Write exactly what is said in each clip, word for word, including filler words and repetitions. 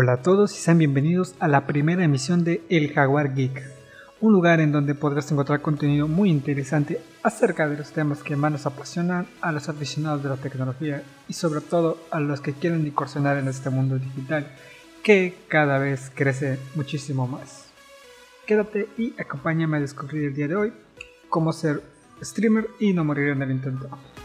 Hola a todos y sean bienvenidos a la primera emisión de El Jaguar Geek, un lugar en donde podrás encontrar contenido muy interesante acerca de los temas que más nos apasionan a los aficionados de la tecnología y sobre todo a los que quieren incursionar en este mundo digital que cada vez crece muchísimo más. Quédate y acompáñame a descubrir el día de hoy cómo ser streamer y no morir en el intento.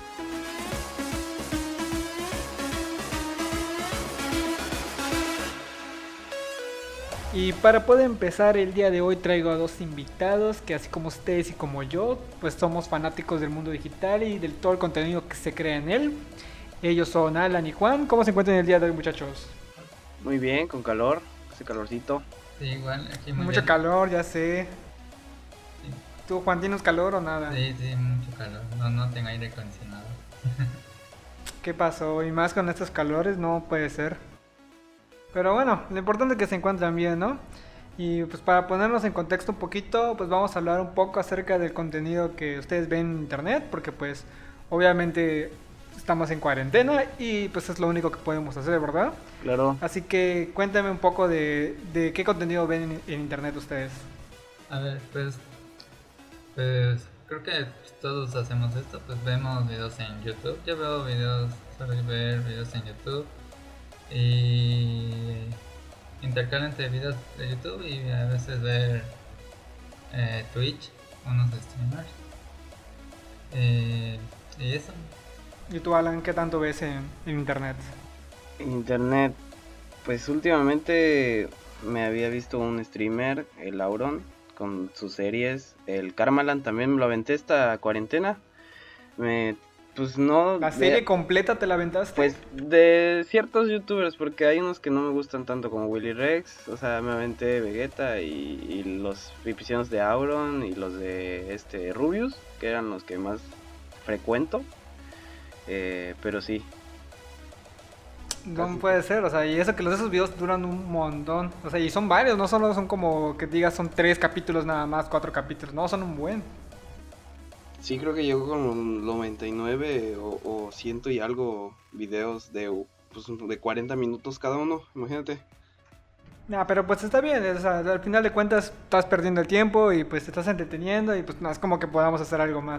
Y para poder empezar el día de hoy traigo a dos invitados que así como ustedes y como yo, pues somos fanáticos del mundo digital y de todo el contenido que se crea en él. Ellos son Alan y Juan. ¿Cómo se encuentran el día de hoy, muchachos? Muy bien, con calor, ese calorcito. Sí, igual, aquí muy Mucho bien. calor, ya sé. Sí. ¿Tú, Juan, tienes calor o nada? Sí, sí, mucho calor. No, no tengo aire acondicionado. ¿Qué pasó? Y más con estos calores, no puede ser. Pero bueno, lo importante es que se encuentran bien, ¿no? Y pues para ponernos en contexto un poquito, pues vamos a hablar un poco acerca del contenido que ustedes ven en internet, porque pues obviamente estamos en cuarentena y pues es lo único que podemos hacer, ¿verdad? Claro. Así que cuéntame un poco de, de qué contenido ven en, en internet ustedes. A ver, pues, pues creo que todos hacemos esto, pues vemos videos en YouTube. Yo veo videos, suelo ver videos en YouTube y intercalo entre videos de YouTube y a veces ver eh, Twitch, unos streamers. Eh, y eso. ¿Y tú, Alan, qué tanto ves en, en internet? Internet, pues últimamente me había visto un streamer, el Auron, con sus series. El Karmaland también me lo aventé esta cuarentena. Me, pues no... ¿La serie de, completa te la aventaste? Pues de ciertos youtubers, porque hay unos que no me gustan tanto como Willy Rex. O sea, me aventé Vegeta y, y los episodios de Auron y los de este Rubius, que eran los que más frecuento. Eh, pero sí. No Casi. puede ser, o sea, y eso que los esos videos duran un montón. O sea, y son varios, no solo son como que digas son tres capítulos nada más, cuatro capítulos, no, son un buen. Sí, creo que llegó con noventa y nueve o, o ciento y algo videos de, pues, de cuarenta minutos cada uno, imagínate. Nah, pero pues está bien, o sea, al final de cuentas estás perdiendo el tiempo y pues te estás entreteniendo y pues no es como que podamos hacer algo más.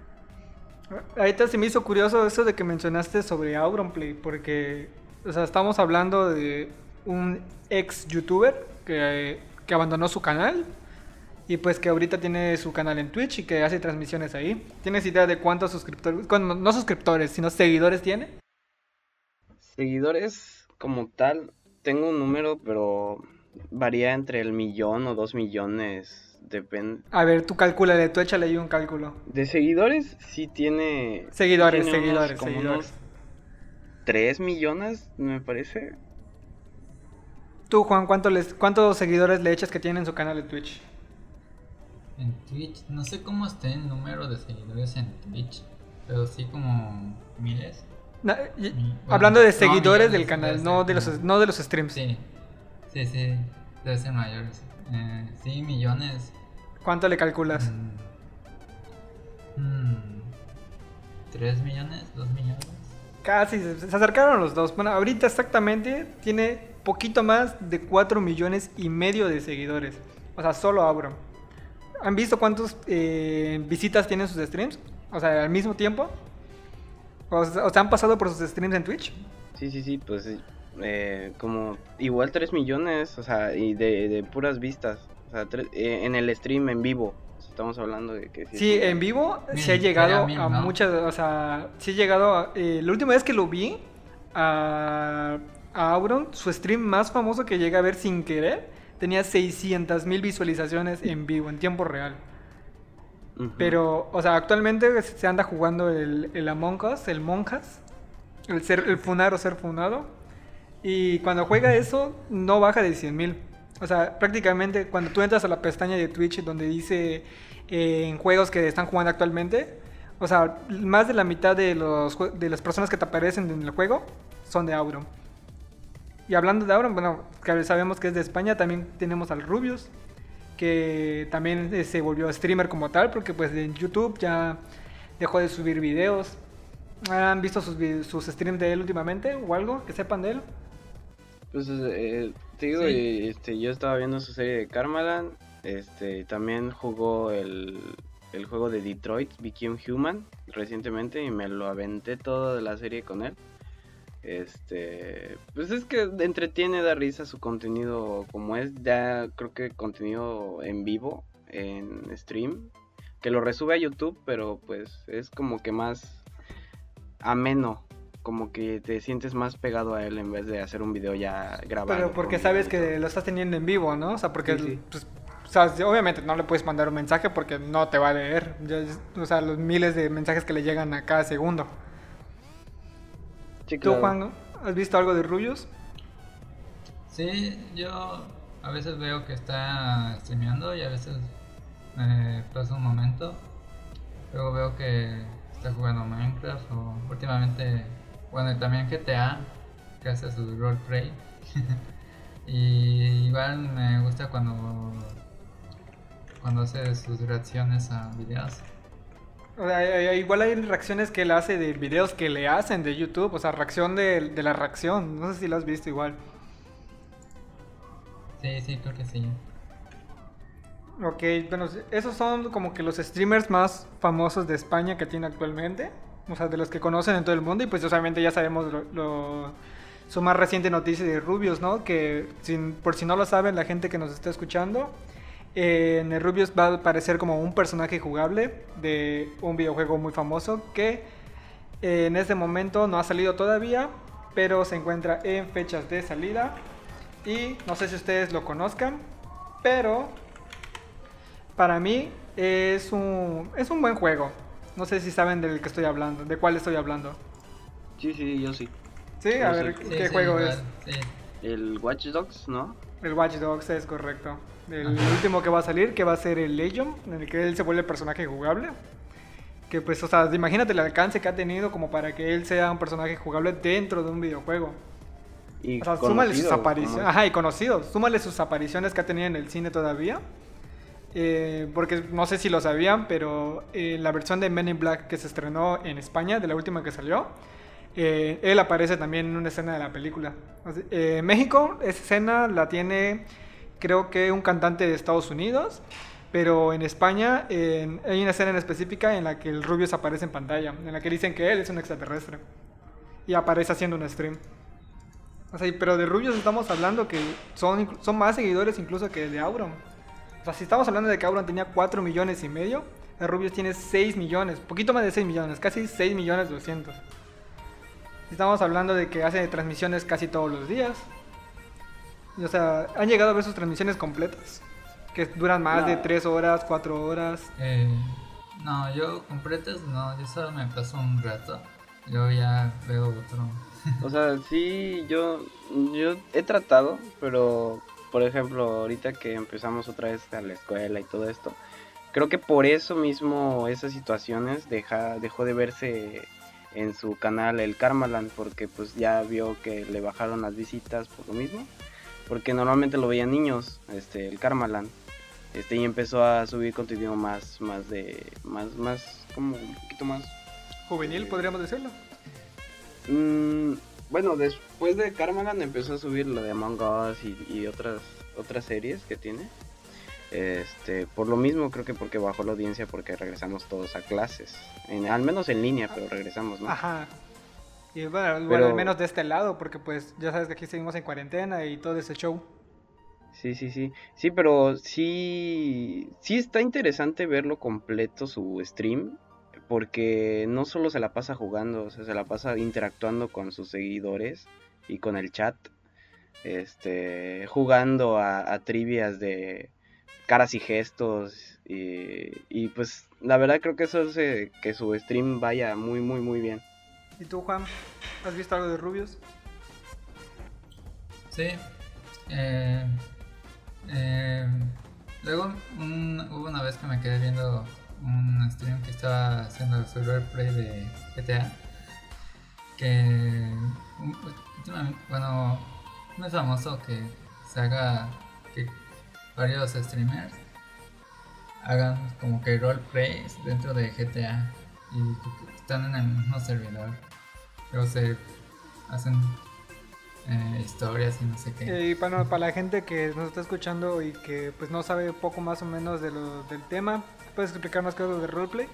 Ahorita se me hizo curioso eso de que mencionaste sobre Auronplay, porque, o sea, estamos hablando de un ex youtuber que, que abandonó su canal y pues que ahorita tiene su canal en Twitch y que hace transmisiones ahí. ¿Tienes idea de cuántos suscriptores, bueno, no suscriptores, sino seguidores tiene? Seguidores como tal, tengo un número, pero varía entre el millón o dos millones. Depende. A ver, tú calcúlale, tú échale ahí un cálculo. De seguidores, sí tiene. Seguidores, sí tiene seguidores, unos, como seguidores. unos tres millones, me parece. Tú, Juan, ¿cuánto les, ¿cuántos seguidores le echas que tiene en su canal de Twitch? En Twitch, no sé cómo esté el número de seguidores en Twitch, pero sí como miles. Na- y- Bueno, hablando de no, seguidores millones, del debe canal, ser no de los, como- no de los streams. Sí, sí, sí, debe ser mayores. Eh, sí, millones. ¿Cuánto le calculas? Mm, mm, ¿Tres millones? ¿Dos millones? Casi, se, se acercaron los dos. Bueno, ahorita exactamente tiene poquito más de cuatro millones y medio de seguidores. O sea, solo Auron. ¿Han visto cuántas eh, visitas tienen sus streams? O sea, al mismo tiempo. O sea, o sea, ¿han pasado por sus streams en Twitch? Sí, sí, sí, pues eh, como igual tres millones, o sea, y de, de puras vistas. O sea, tres, eh, en el stream en vivo. Estamos hablando de que sí. Sí, es en vivo Mil, se ha llegado sería mil, a ¿no? muchas, o sea, sí ha llegado a, eh, la última vez que lo vi a, a Auron, su stream más famoso que llegué a ver sin querer, tenía seiscientas mil visualizaciones en vivo, en tiempo real. Ujú. Pero, o sea, actualmente se anda jugando el, el Among Us, el Monjas, el, ser, el funar o ser funado. Y cuando juega eso, no baja de cien mil. O sea, prácticamente cuando tú entras a la pestaña de Twitch donde dice eh, en juegos que están jugando actualmente, o sea, más de la mitad de, los, jue- de las personas que te aparecen en el juego son de Auron. Y hablando de Auron, bueno, que sabemos que es de España, también tenemos al Rubius, que también eh, se volvió streamer como tal, porque pues en YouTube ya dejó de subir videos. ¿Han visto sus, vi- sus streams de él últimamente o algo que sepan de él? Pues eh, Te digo, Sí. y, este, yo estaba viendo su serie de Karmaland. Este, también jugó el, el juego de Detroit, Become Human, recientemente, y me lo aventé toda la serie con él. Este, pues es que entretiene, da risa su contenido como es, ya creo que contenido en vivo, en stream, que lo resube a YouTube, pero pues es como que más ameno, como que te sientes más pegado a él en vez de hacer un video ya grabado. Pero porque con sabes guión y que lo estás teniendo en vivo, ¿no? O sea, porque, Sí, sí. pues, o sea, si- obviamente no le puedes mandar un mensaje porque no te va a leer. Ya es- o sea, los miles de mensajes que le llegan a cada segundo. todo. Sí, ¿Tú, claro. Juan, has visto algo de Rubius? Sí, yo a veces veo que está streameando y a veces me pasa un momento. Luego veo que está jugando Minecraft o últimamente, bueno, y también G T A, que hace su roleplay. Y igual me gusta cuando cuando hace sus reacciones a videos. O sea, hay- hay- igual hay reacciones que él hace de videos que le hacen de YouTube. O sea, reacción de, de la reacción. No sé si lo has visto igual. Sí, sí, creo que sí. Ok, bueno, esos son como que los streamers más famosos de España que tiene actualmente. O sea, de los que conocen en todo el mundo. Y pues obviamente ya sabemos lo, lo- su más reciente noticia de Rubius, ¿no? Que sin, por si no lo saben, la gente que nos está escuchando, eh, en el Rubius va a aparecer como un personaje jugable de un videojuego muy famoso que eh, en este momento no ha salido todavía, pero se encuentra en fechas de salida. Y no sé si ustedes lo conozcan, pero para mí es un, es un buen juego. No sé si saben del que estoy hablando, de cuál estoy hablando. Sí, sí, yo sí. Sí, a Yo ver, sé. Sí, ¿qué sí, juego igual, es? sí. El Watch Dogs, ¿no? El Watch Dogs es correcto. El Ajá. último que va a salir, que va a ser el Legion, en el que él se vuelve personaje jugable. Que pues, o sea, imagínate el alcance que ha tenido como para que él sea un personaje jugable dentro de un videojuego. Y O sea, súmale sus conocido, apariciones. como- Ajá, y conocido. Súmale sus apariciones que ha tenido en el cine todavía. Eh, porque no sé si lo sabían, pero eh, la versión de Men in Black que se estrenó en España, de la última que salió, eh, él aparece también en una escena de la película. O sea, eh, México, esa escena la tiene, creo que un cantante de Estados Unidos. Pero en España en- hay una escena en específica en la que el Rubius aparece en pantalla, en la que dicen que él es un extraterrestre. Y aparece haciendo un stream. O sea, pero de Rubius estamos hablando que son, inclu- son más seguidores incluso que de Auron. O sea, si estamos hablando de que Auron tenía cuatro millones y medio, el Rubius tiene seis millones, poquito más de seis millones, casi seis millones doscientos. Estamos hablando de que hace transmisiones casi todos los días. Y, o sea, han llegado a ver sus transmisiones completas, que duran más de No. tres horas, cuatro horas. Eh, no, yo completas no, yo solo me paso un rato. Luego ya veo otro. O sea, sí, yo, yo he tratado, pero por ejemplo, ahorita que empezamos otra vez a la escuela y todo esto, creo que por eso mismo esas situaciones deja, dejó de verse en su canal el Karmaland, porque pues ya vio que le bajaron las visitas por lo mismo, porque normalmente lo veían niños, este, el Karmaland, este, y empezó a subir contenido más, más de, más, más, como un poquito más. Juvenil, podríamos decirlo. Mm, bueno, después de Karmaland empezó a subir lo de Among Us y, y otras otras series que tiene. Este, por lo mismo creo que porque bajó la audiencia, porque regresamos todos a clases, en, al menos en línea, pero regresamos, ¿no? Ajá. Y bueno, bueno, Pero- al menos de este lado, porque pues ya sabes que aquí seguimos en cuarentena y todo ese show. Sí, sí, sí. Sí, pero sí sí está interesante verlo completo su stream, porque no solo se la pasa jugando, o sea, se la pasa interactuando con sus seguidores y con el chat. Este, jugando a, a trivias de caras y gestos y, y pues la verdad creo que eso hace que su stream vaya muy muy muy bien. ¿Y tú, Juan? ¿Has visto algo de Rubius? Sí. Eh, eh, luego un- hubo una vez que me quedé viendo un stream que estaba haciendo su roleplay de G T A. Que un- últimamente, bueno, no es famoso que se haga que varios streamers hagan como que roleplays dentro de G T A y que están en el mismo servidor. Luego se hacen eh, historias y no sé qué. Eh, Y para, para la gente que nos está escuchando y que pues no sabe poco más o menos de lo, del tema, ¿puedes explicarnos qué es lo de roleplay?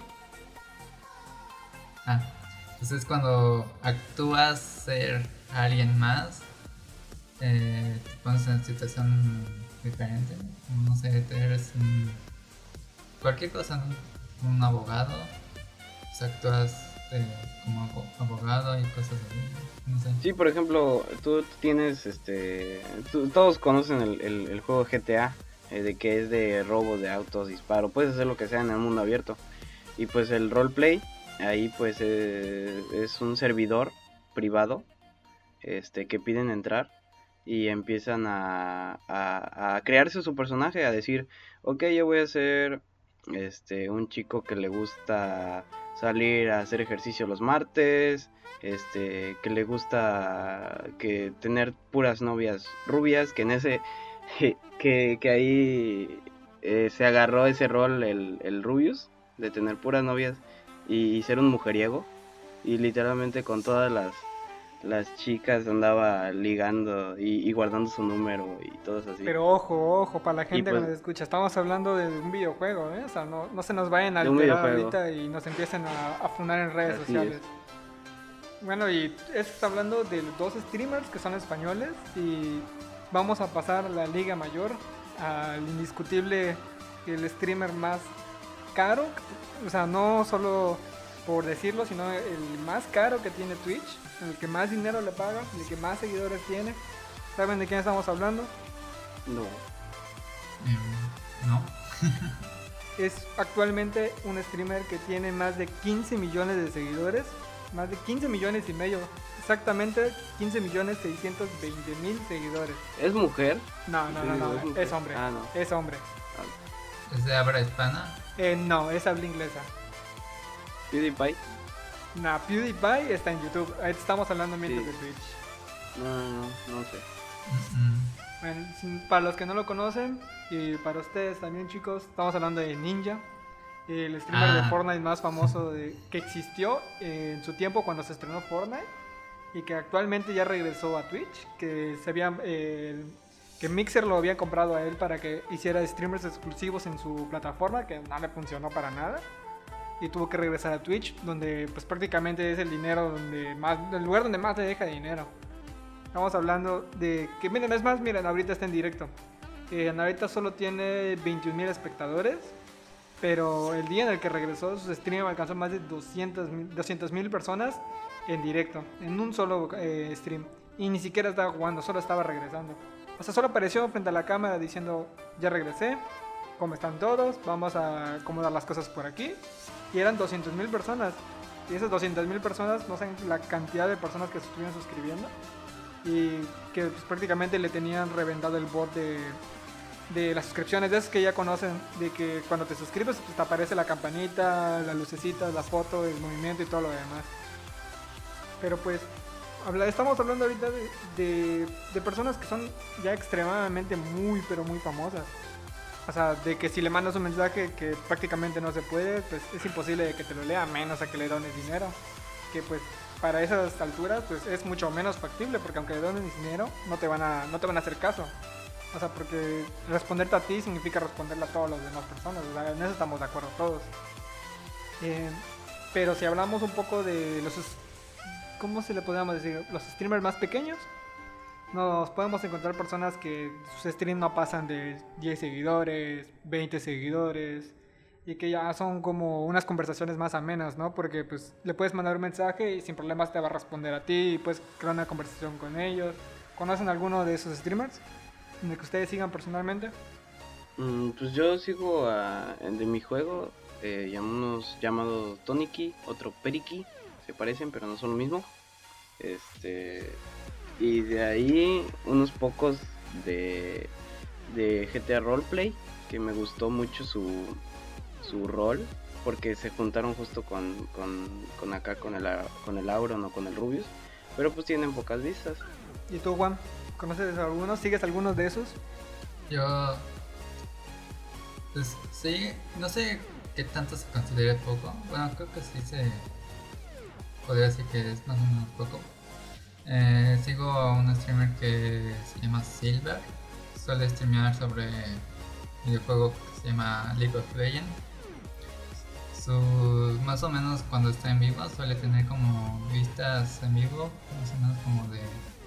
Ah, pues es cuando actúas ser alguien más, eh, te pones en una situación diferente, no sé, te eres un- cualquier cosa, ¿no? Un abogado, pues actúas eh, como abo- abogado y cosas así, no sé. Sí, por ejemplo, tú tienes, este, tú- todos conocen el, el- el juego G T A, eh, de que es de robo de autos, disparo, puedes hacer lo que sea en el mundo abierto. Y pues el roleplay, ahí pues eh, es un servidor privado, este, que piden entrar y empiezan a, a, a crearse su personaje, a decir, ok, yo voy a ser este, un chico que le gusta salir a hacer ejercicio los martes, este, que le gusta que tener puras novias rubias, que en ese, que, que ahí eh, se agarró ese rol el, el Rubius, de tener puras novias y, y ser un mujeriego, y literalmente con todas las las chicas andaba ligando y, y guardando su número y todos así. Pero ojo, ojo, para la Y gente pues- que nos escucha, estamos hablando de un videojuego, ¿eh? O sea, no, no se nos vayan a De un alterar videojuego. ahorita y nos empiecen a, a funar en redes Así sociales. Bueno, y esto está hablando de dos streamers que son españoles y vamos a pasar a la Liga Mayor, al indiscutible, el streamer más caro, o sea, no solo por decirlo, sino el más caro que tiene Twitch, el que más dinero le paga, el que más seguidores tiene. ¿Saben de quién estamos hablando? No. Eh, no, Es actualmente un streamer que tiene más de quince millones de seguidores, más de quince millones y medio, exactamente quince millones seiscientos veinte mil seguidores. ¿Es mujer? No, no, Sí, no, no, es mujer. es hombre, Ah, no. es hombre. es de habla hispana. Eh, no, es habla inglesa. PewDiePie. Nah, PewDiePie está en YouTube, ahí estamos hablando mientras Sí. de Twitch. No, no, no, no sé. Mm, mm. Bueno, sin- para los que no lo conocen y para ustedes también, chicos, estamos hablando de Ninja, el streamer de Ah. Fortnite más famoso de, que existió en su tiempo cuando se estrenó Fortnite y que actualmente ya regresó a Twitch, que se había, eh, que Mixer lo había comprado a él para que hiciera streamers exclusivos en su plataforma, que no le funcionó para nada. Y tuvo que regresar a Twitch, donde pues prácticamente es el dinero donde más, el lugar donde más le deja dinero. Estamos hablando de que, miren, es más, miren, ahorita está en directo. Eh, ahorita solo tiene veintiún mil espectadores, pero el día en el que regresó, su stream alcanzó más de doscientas mil personas en directo, en un solo eh, stream. Y ni siquiera estaba jugando, solo estaba regresando. O sea, solo apareció frente a la cámara diciendo, ya regresé, ¿cómo están todos? Vamos a acomodar las cosas por aquí. Y eran doscientas mil personas. Y esas doscientas mil personas, no saben la cantidad de personas que se estuvieron suscribiendo. Y que pues, prácticamente le tenían reventado el bot de, de las suscripciones. De esas que ya conocen, de que cuando te suscribes pues, te aparece la campanita, la lucecita, la foto, el movimiento y todo lo demás. Pero pues, habla, estamos hablando ahorita de, de, de personas que son ya extremadamente muy, pero muy famosas. O sea, de que si le mandas un mensaje que prácticamente no se puede, pues es imposible de que te lo lea, a menos a que le dones dinero. Que pues para esas alturas pues es mucho menos factible, porque aunque le dones dinero, no te van a, no te van a hacer caso. O sea, porque responderte a ti significa responderle a todas las demás personas. O sea, en eso estamos de acuerdo todos. Eh, pero si hablamos un poco de los... ¿Cómo se le podríamos decir? Los streamers más pequeños. Nos podemos encontrar personas que sus streams no pasan de diez seguidores, veinte seguidores, y que ya son como unas conversaciones más amenas, ¿no? Porque pues le puedes mandar un mensaje y sin problemas te va a responder a ti y puedes crear una conversación con ellos. ¿Conocen alguno de esos streamers de que ustedes sigan personalmente? Mm, pues yo sigo a, de mi juego, eh, unos llamados Toniki, otro Periki, se parecen pero no son lo mismo. Este... Y de ahí unos pocos de, de G T A Roleplay, que me gustó mucho su, su rol, porque se juntaron justo con, con, con acá, con el, con el Auron o con el Rubius, pero pues tienen pocas vistas. ¿Y tú, Juan? ¿Conoces algunos? ¿Sigues algunos de esos? Yo, pues sí, no sé qué tanto se considere poco. Bueno, creo que sí se podría decir que es más o menos poco. Eh, sigo a un streamer que se llama Silver. Suele streamear sobre videojuego que se llama League of Legends. Sus, más o menos cuando está en vivo suele tener como vistas en vivo, más o menos como de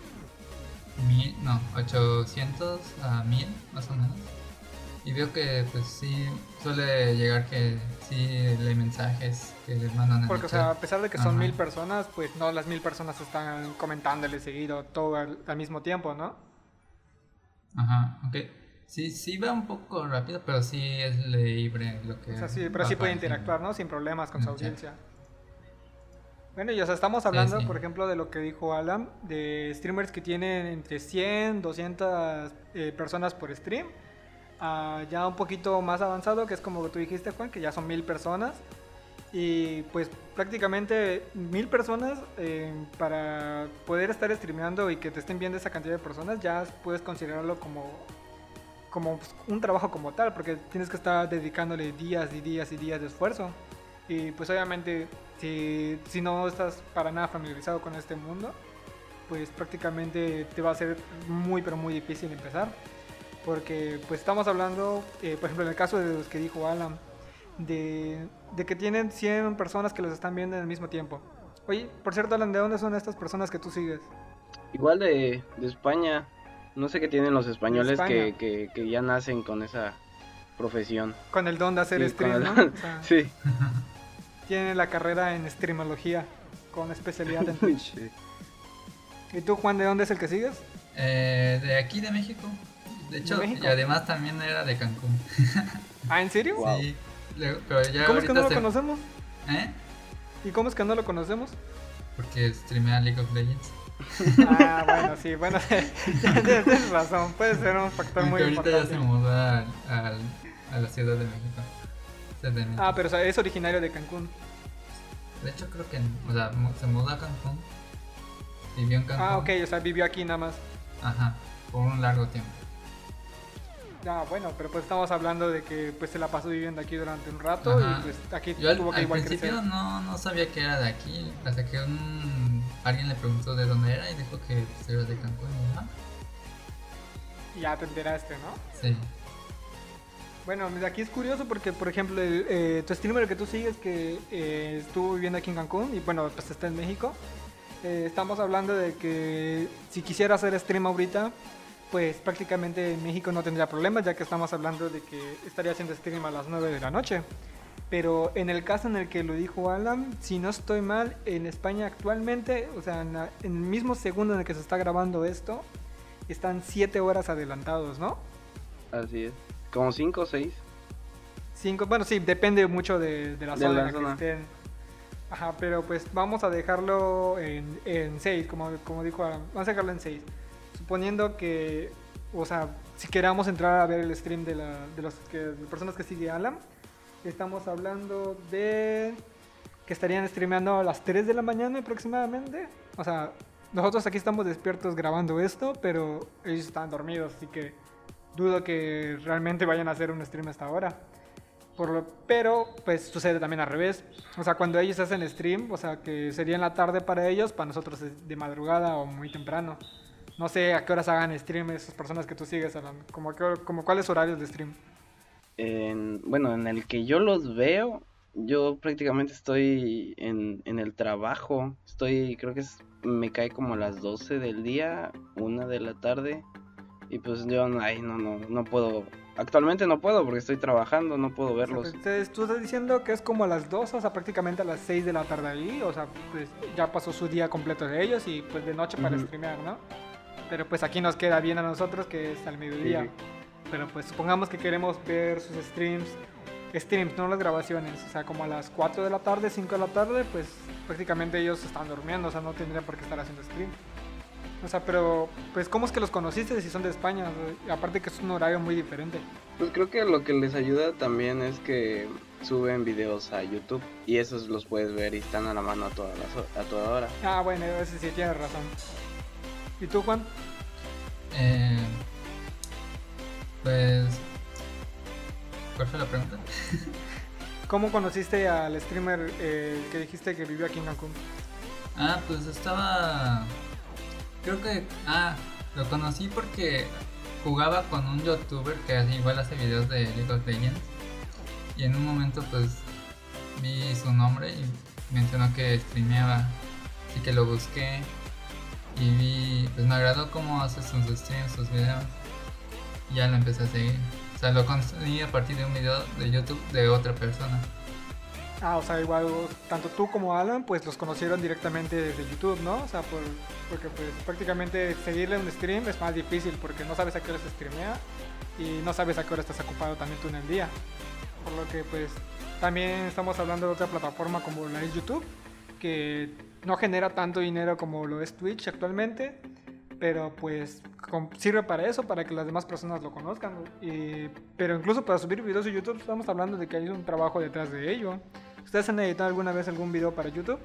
mil, no, ochocientos a mil más o menos. Y veo que pues sí suele llegar que sí lee mensajes que les mandan en Porque, el o sea, chat. a pesar de que son Ajá. mil personas, pues no las mil personas están comentándole seguido todo al, al mismo tiempo, ¿no? Ajá, ok. Sí, sí va un poco rápido, pero sí es libre lo que O sea, sí, pero va sí puede apareciendo. interactuar, ¿no? Sin problemas con En su el chat. audiencia. Bueno, y o sea, estamos hablando, sí. por ejemplo, de lo que dijo Alan, de streamers que tienen entre cien, doscientas eh, personas por stream, a ya un poquito más avanzado, que es como tú dijiste, Juan, que ya son mil personas. Y pues prácticamente mil personas eh, para poder estar streameando y que te estén viendo esa cantidad de personas, ya puedes considerarlo como, como pues, un trabajo como tal, porque tienes que estar dedicándole días y días y días de esfuerzo. Y pues obviamente si, si no estás para nada familiarizado con este mundo, pues prácticamente te va a ser muy pero muy difícil empezar. Porque pues estamos hablando, eh, por ejemplo en el caso de los que dijo Alan, de, de que tienen cien personas que los están viendo al mismo tiempo. Oye, por cierto Alan, ¿de dónde son estas personas que tú sigues? Igual de, de España. No sé qué tienen los españoles España. que, que, que ya nacen con esa profesión. Con el don de hacer Sí, stream, con ¿no? el- O sea, Sí. tienen la carrera en streamología con especialidad en Twitch. Sí. ¿Y tú, Juan, de dónde es el que sigues? Eh, de aquí, de México. De hecho, ¿De México? y además también era de Cancún. Ah, ¿en serio? Wow. Sí, luego- pero ya ¿Cómo es que ahorita no lo se- conocemos? ¿Eh? ¿Y cómo es que no lo conocemos? Porque streamea League of Legends. Ah, bueno, sí, bueno, tienes tienes razón, puede ser un factor muy Aunque ahorita ya importante. se mudó al- al- a la Ciudad de México. Ciudad de México. Ah, pero o sea, es originario de Cancún. De hecho, creo que o sea, mu- se mudó a Cancún. Vivió en Cancún. Ah, ok, o sea, vivió aquí nada más. Ajá, por un largo tiempo. Ah, bueno, pero pues estamos hablando de que pues se la pasó viviendo aquí durante un rato Ajá. y pues aquí Yo al, tuvo que al igual principio crecer. no, no sabía que era de aquí, hasta que un, alguien le preguntó de dónde era y dijo que pues, era de Cancún. Y, ah, Y ya te enteraste, ¿no? sí. Bueno, mira, aquí es curioso porque, por ejemplo, el, eh, tu streamer que tú sigues que eh, estuvo viviendo aquí en Cancún y bueno, pues está en México. Eh, estamos hablando de que si quisiera hacer stream ahorita, pues prácticamente en México no tendría problemas, ya que estamos hablando de que estaría haciendo stream a las nueve de la noche. Pero en el caso en el que lo dijo Alan, si no estoy mal, en España actualmente, o sea, en, la- en el mismo segundo en el que se está grabando esto, están siete horas adelantados, ¿no? Así es. Como cinco o seis. Cinco, bueno, sí, depende mucho de, de la De zona la en la zona. que estén. Ajá, pero pues vamos a dejarlo en, en seis, como, como dijo Alan. Vamos a dejarlo en seis. Suponiendo que, o sea, si queramos entrar a ver el stream de, la, de, los que, de personas que sigue Alan, estamos hablando de que estarían streameando a las tres de la mañana aproximadamente. O sea, nosotros aquí estamos despiertos grabando esto, pero ellos están dormidos, así que dudo que realmente vayan a hacer un stream hasta ahora. Por lo, pero pues sucede también al revés. O sea, cuando ellos hacen stream, o sea, que sería en la tarde para ellos, para nosotros es de madrugada o muy temprano. No sé a qué horas hagan stream esas personas que tú sigues, Alan. Como, a qué hor- como cuáles horarios de stream. En, bueno, en el que yo los veo, yo prácticamente estoy en, en el trabajo. Estoy, creo que es, me cae como a las doce del día, una de la tarde. Y pues yo, ay, no, no, no puedo. Actualmente no puedo porque estoy trabajando, no puedo O sea, verlos. entonces, tú estás diciendo que es como a las dos, o sea, prácticamente a las seis de la tarde ahí. O sea, pues ya pasó su día completo de ellos y pues de noche para Ujú. streamear, ¿no? Pero pues aquí nos queda bien a nosotros que es al mediodía. Sí. Pero pues supongamos que queremos ver sus streams, streams, no las grabaciones, o sea, como a las cuatro de la tarde, cinco de la tarde, pues prácticamente ellos están durmiendo, o sea, no tendrían por qué estar haciendo stream. O sea, pero pues ¿cómo es que los conociste si son de España? O sea, aparte que es un horario muy diferente. Pues creo que lo que les ayuda también es que suben videos a YouTube y esos los puedes ver y están a la mano a toda, las ho- a toda hora. Ah, bueno, ese sí tienes razón. ¿Y tú, Juan? Eh, pues. ¿Cuál fue la pregunta? ¿Cómo conociste al streamer eh, que dijiste que vivió aquí en Cancún? Ah, pues estaba creo que, ah, lo conocí porque jugaba con un youtuber que así igual hace videos de League of Legends. Y en un momento pues vi su nombre y mencionó que streameaba. Así que lo busqué y vi, pues me agradó cómo hace sus streams, sus videos. Y ya lo empecé a seguir. O sea, lo conocí a partir de un video de YouTube de otra persona. Ah, o sea, igual tanto tú como Alan pues los conocieron directamente desde YouTube, ¿no? O sea, por, porque pues prácticamente seguirle un stream es más difícil porque no sabes a qué hora se streamea y no sabes a qué hora estás ocupado también tú en el día. Por lo que pues también estamos hablando de otra plataforma como la es YouTube, que no genera tanto dinero como lo es Twitch actualmente, pero pues com- sirve para eso, para que las demás personas lo conozcan. Y, pero incluso para subir videos de YouTube estamos hablando de que hay un trabajo detrás de ello. ¿Ustedes han editado alguna vez algún video para YouTube?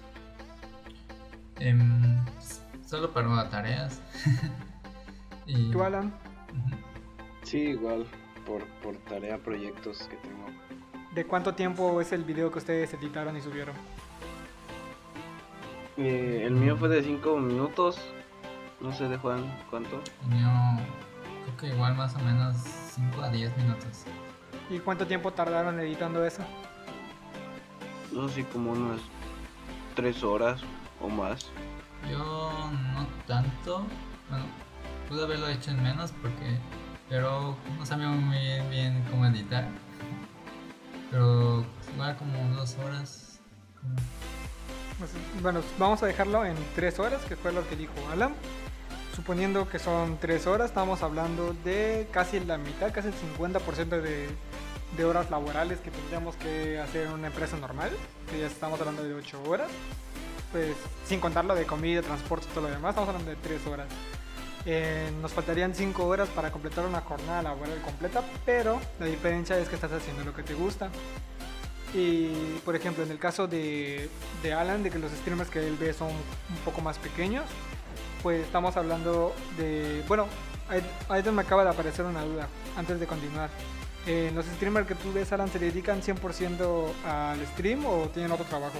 Em, solo para tareas. y... ¿Tú, Alan? Ujú. Sí, igual, por, por tarea, proyectos que tengo. ¿De cuánto tiempo es el video que ustedes editaron y subieron? Eh, el mío fue de cinco minutos. No sé de Juan cuánto. El mío, creo que igual más o menos cinco a diez minutos. ¿Y cuánto tiempo tardaron editando eso? No sé, como unas tres horas o más. Yo no tanto, bueno, pude haberlo hecho en menos porque, pero no sabía muy bien cómo editar. Pero igual como dos horas. Como... Pues, bueno, vamos a dejarlo en tres horas, que fue lo que dijo Alan. Suponiendo que son tres horas, estamos hablando de casi la mitad, casi el cincuenta por ciento de, de horas laborales que tendríamos que hacer en una empresa normal, que ya estamos hablando de ocho horas. Pues sin contar lo de comida, transporte y todo lo demás, estamos hablando de tres horas. Eh, nos faltarían cinco horas para completar una jornada laboral completa, pero la diferencia es que estás haciendo lo que te gusta. Y por ejemplo, en el caso de, de Alan, de que los streamers que él ve son un poco más pequeños, pues estamos hablando de... Bueno, ahí, ahí me acaba de aparecer una duda antes de continuar. Eh, ¿Los streamers que tú ves, Alan, se dedican cien por ciento al stream o tienen otro trabajo?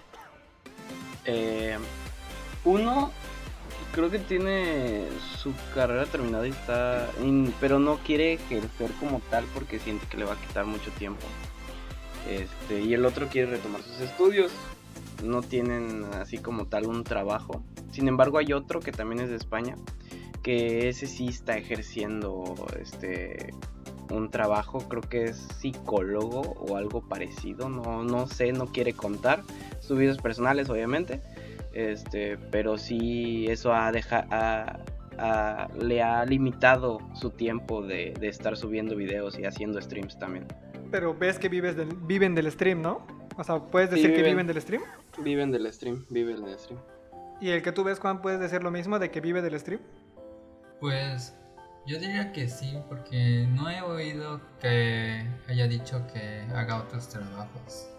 Eh, uno creo que tiene su carrera terminada y está, in- pero no quiere ejercer como tal porque siente que le va a quitar mucho tiempo. Este, y el otro quiere retomar sus estudios. No tienen así como tal un trabajo. Sin embargo, hay otro que también es de España, que ese sí está ejerciendo este un trabajo, creo que es psicólogo o algo parecido, no, no sé, no quiere contar sus vidas personales obviamente, este, pero sí eso ha deja, ha, ha- le ha limitado su tiempo de, de estar subiendo videos y haciendo streams también. Pero ves que vives del, viven del stream, ¿no? O sea, ¿puedes Sí, decir que viven. viven del stream? Viven del stream, viven del stream. ¿Y el que tú ves, Juan, puedes decir lo mismo de que vive del stream? Pues yo diría que sí, porque no he oído que haya dicho que haga otros trabajos.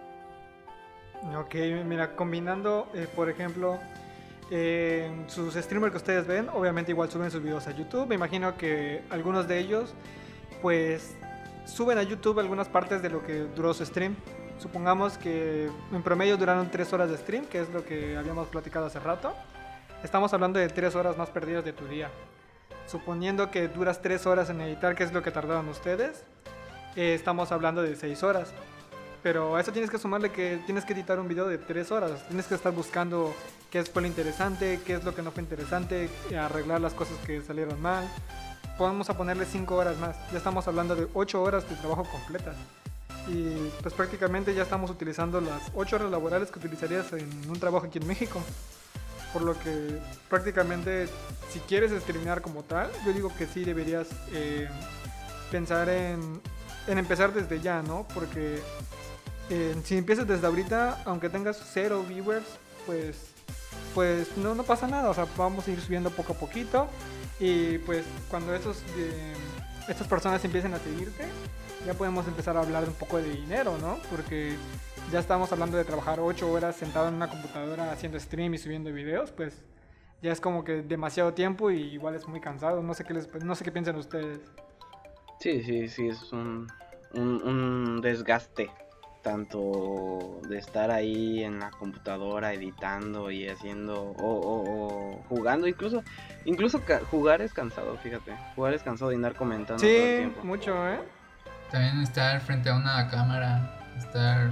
Ok, mira, combinando, eh, por ejemplo, eh, sus streamers que ustedes ven, obviamente igual suben sus videos a YouTube. Me imagino que algunos de ellos, pues, suben a YouTube algunas partes de lo que duró su stream. Supongamos que en promedio duraron tres horas de stream, que es lo que habíamos platicado hace rato. Estamos hablando de tres horas más perdidas de tu día. Suponiendo que duras tres horas en editar, que es lo que tardaron ustedes, eh, estamos hablando de seis horas. Pero a eso tienes que sumarle que tienes que editar un video de tres horas. Tienes que estar buscando qué fue lo interesante, qué es lo que no fue interesante, arreglar las cosas que salieron mal. Vamos a ponerle cinco horas más. Ya estamos hablando de ocho horas de trabajo completas. Y pues prácticamente ya estamos utilizando las ocho horas laborales que utilizarías en un trabajo aquí en México. Por lo que prácticamente si quieres streamear como tal, yo digo que sí deberías eh, pensar en, en empezar desde ya, ¿no? Porque eh, si empiezas desde ahorita, aunque tengas cero viewers, pues, pues no, no pasa nada. O sea, vamos a ir subiendo poco a poquito. Y pues cuando esos, eh, estas personas empiecen a seguirte, ya podemos empezar a hablar un poco de dinero, ¿no? Porque ya estamos hablando de trabajar ocho horas sentado en una computadora haciendo stream y subiendo videos, pues ya es como que demasiado tiempo y igual es muy cansado. No sé qué les, no sé qué piensan ustedes. Sí, sí, sí, es un, un, un desgaste tanto de estar ahí en la computadora editando y haciendo o, o, o jugando, incluso incluso ca- jugar es cansado, fíjate, jugar es cansado y andar comentando todo el Sí, tiempo. mucho, ¿eh? También estar frente a una cámara, estar,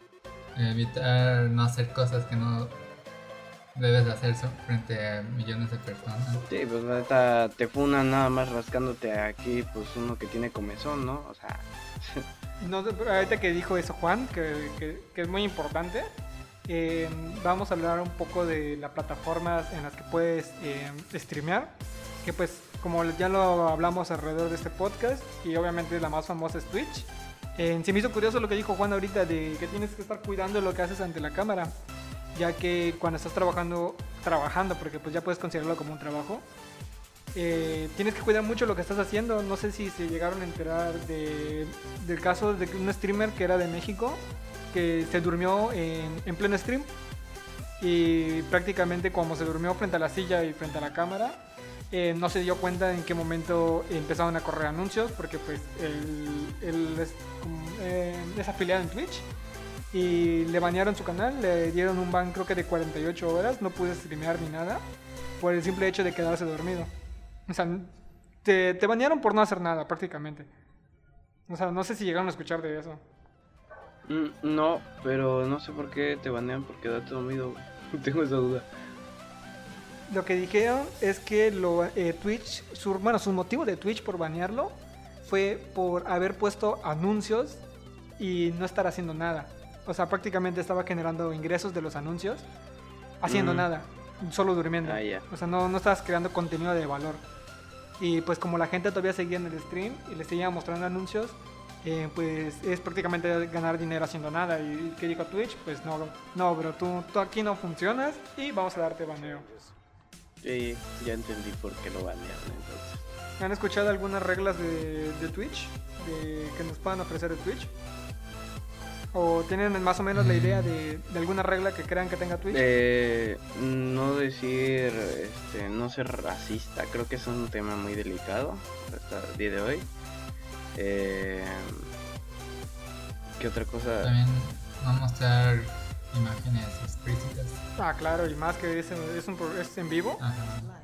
evitar no hacer cosas que no debes de hacer so- frente a millones de personas. Sí, pues la neta te funan nada más rascándote aquí, pues uno que tiene comezón, ¿no? O sea, No, sé, pero ahorita que dijo eso Juan, que, que- que es muy importante, eh, vamos a hablar un poco de las plataformas en las que puedes eh, streamear, que pues como ya lo hablamos alrededor de este podcast, y obviamente la más famosa es Twitch. Eh, se me hizo curioso lo que dijo Juan ahorita de que tienes que estar cuidando lo que haces ante la cámara, ya que cuando estás trabajando, trabajando, porque pues ya puedes considerarlo como un trabajo, eh, tienes que cuidar mucho lo que estás haciendo. No sé si se llegaron a enterar de, del caso de un streamer que era de México, que se durmió en, en pleno stream, y prácticamente como se durmió frente a la silla y frente a la cámara, eh, no se dio cuenta en qué momento empezaron a correr anuncios, porque pues él, él es, eh, es afiliado en Twitch, y le banearon su canal, le dieron un ban creo que de cuarenta y ocho horas, no pude streamear ni nada, por el simple hecho de quedarse dormido. O sea, te, te banearon por no hacer nada prácticamente. O sea, no sé si llegaron a escuchar de eso. mm, no, pero no sé por qué te banean por quedarte dormido. Tengo esa duda. Lo que dijeron es que lo, eh, Twitch, su, bueno, su motivo de Twitch por banearlo fue por haber puesto anuncios y no estar haciendo nada. O sea, prácticamente estaba generando ingresos de los anuncios haciendo Mm. nada, solo durmiendo. Ah, ya. O sea, no, no estabas creando contenido de valor. Y pues como la gente todavía seguía en el stream y le seguía mostrando anuncios, eh, pues es prácticamente ganar dinero haciendo nada. Y que dijo Twitch, pues no, no, bro, tú, tú aquí no funcionas y vamos a darte baneo. Sí, ya entendí por qué lo banearon entonces. ¿Han escuchado algunas reglas de, de Twitch? De, que nos puedan ofrecer de Twitch. ¿O tienen más o menos la idea de, de alguna regla que crean que tenga Twitch? Eh, no decir, este, no ser racista, creo que es un tema muy delicado hasta el día de hoy. Eh, ¿Qué otra cosa? También no mostrar imágenes explícitas. Ah, claro, y más que es, es, un, pro- es en vivo. Ajá.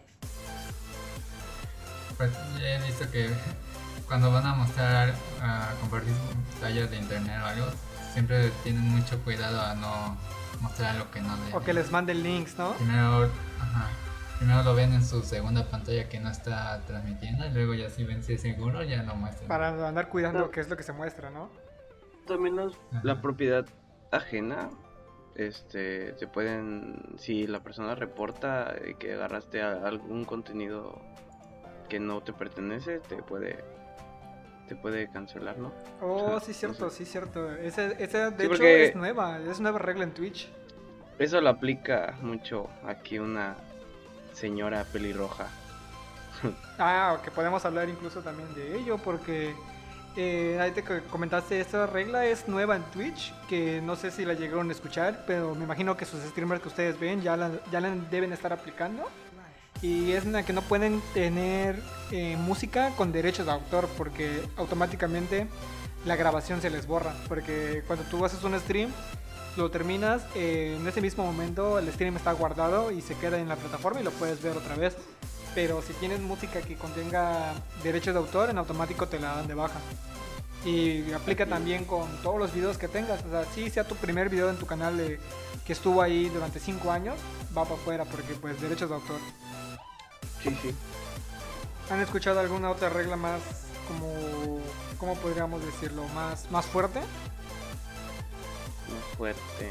Pues ya he visto que cuando van a mostrar, a compartir tallas de internet o algo, siempre tienen mucho cuidado a no mostrar lo que no deben. O que les manden links, ¿no? Primero, ajá, primero lo ven en su segunda pantalla que no está transmitiendo y luego ya si ven si es seguro ya lo muestran. Para andar cuidando qué es lo que se muestra, ¿no? También las- Ajá. la propiedad ajena, este, te pueden, si la persona reporta eh, que agarraste a- algún contenido que no te pertenece, te puede, te puede cancelar, ¿no? Oh, Ajá, sí, cierto, no sé. sí, cierto. Ese, ese de Sí, hecho, porque- es nueva, es nueva regla en Twitch. Eso lo aplica mucho aquí una señora pelirroja. Ah, que podemos hablar incluso también de ello, porque eh, ahí te co- comentaste, esta regla es nueva en Twitch, que no sé si la llegaron a escuchar, pero me imagino que sus streamers que ustedes ven ya la, ya la deben estar aplicando. Y es en la que no pueden tener eh, música con derechos de autor, porque automáticamente la grabación se les borra. Porque cuando tú haces un stream, lo terminas, eh, en ese mismo momento el stream está guardado y se queda en la plataforma y lo puedes ver otra vez. Pero si tienes música que contenga derechos de autor, en automático te la dan de baja. Y aplica también con todos los videos que tengas. O sea, si sea tu primer video en tu canal eh, que estuvo ahí durante cinco años, va para afuera porque pues derechos de autor. Sí, sí. ¿Han escuchado alguna otra regla más como, cómo podríamos decirlo, más, más fuerte? Más fuerte.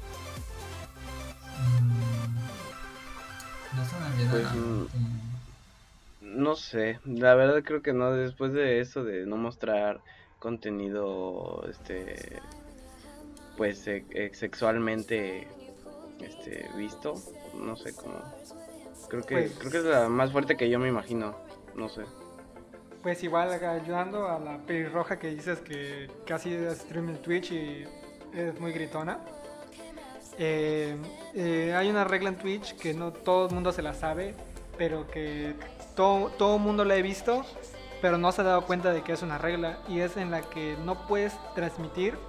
Mm, no se me viene Pues, a la mm, mente. No sé, la verdad creo que no, después de eso de no mostrar contenido, este, pues eh, eh, sexualmente, este, visto, no sé cómo, creo que, Pues- creo que es la más fuerte que yo me imagino, no sé. Pues igual ayudando a la pelirroja que dices que casi stream en Twitch y es muy gritona. Eh, eh, hay una regla en Twitch que no todo el mundo se la sabe, pero que todo, todo el mundo la he visto, pero no se ha dado cuenta de que es una regla, y es en la que no puedes transmitir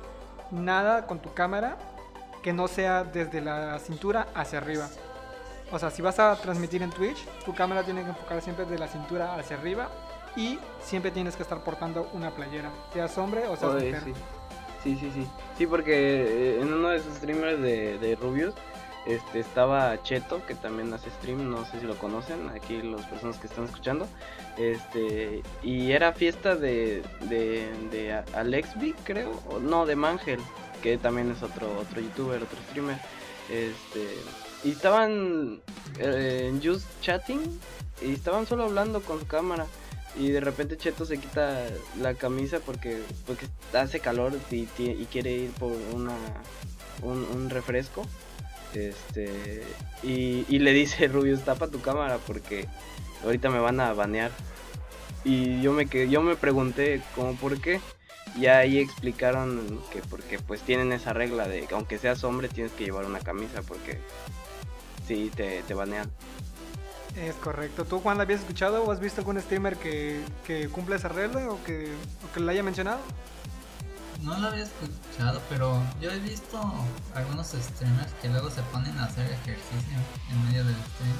nada con tu cámara que no sea desde la cintura hacia arriba. O sea, si vas a transmitir en Twitch, tu cámara tiene que enfocar siempre de la cintura hacia arriba y siempre tienes que estar portando una playera, seas hombre o seas Oye, mujer. sí. Sí, sí, sí. Sí, porque eh, en uno de esos streamers de, de Rubius este, estaba Cheto, que también hace stream, no sé si lo conocen, aquí las personas que están escuchando. Este, y era fiesta de, de, de Alexby, creo, o no, de Mangel, que también es otro, otro youtuber, otro streamer. Este, y estaban eh, en Just Chatting y estaban solo hablando con su cámara. Y de repente Cheto se quita la camisa porque, porque hace calor y, y quiere ir por una un, un refresco. Este y, y le dice Rubius, tapa tu cámara porque ahorita me van a banear. Y yo me quedé, yo me pregunté como por qué. Y ahí explicaron que porque pues tienen esa regla de que aunque seas hombre tienes que llevar una camisa porque sí te, te banean. Es correcto. ¿Tú, Juan, la habías escuchado o has visto algún streamer que, que cumpla esa regla o que, o que la haya mencionado? No lo había escuchado, pero yo he visto algunos streamers que luego se ponen a hacer ejercicio en medio del stream.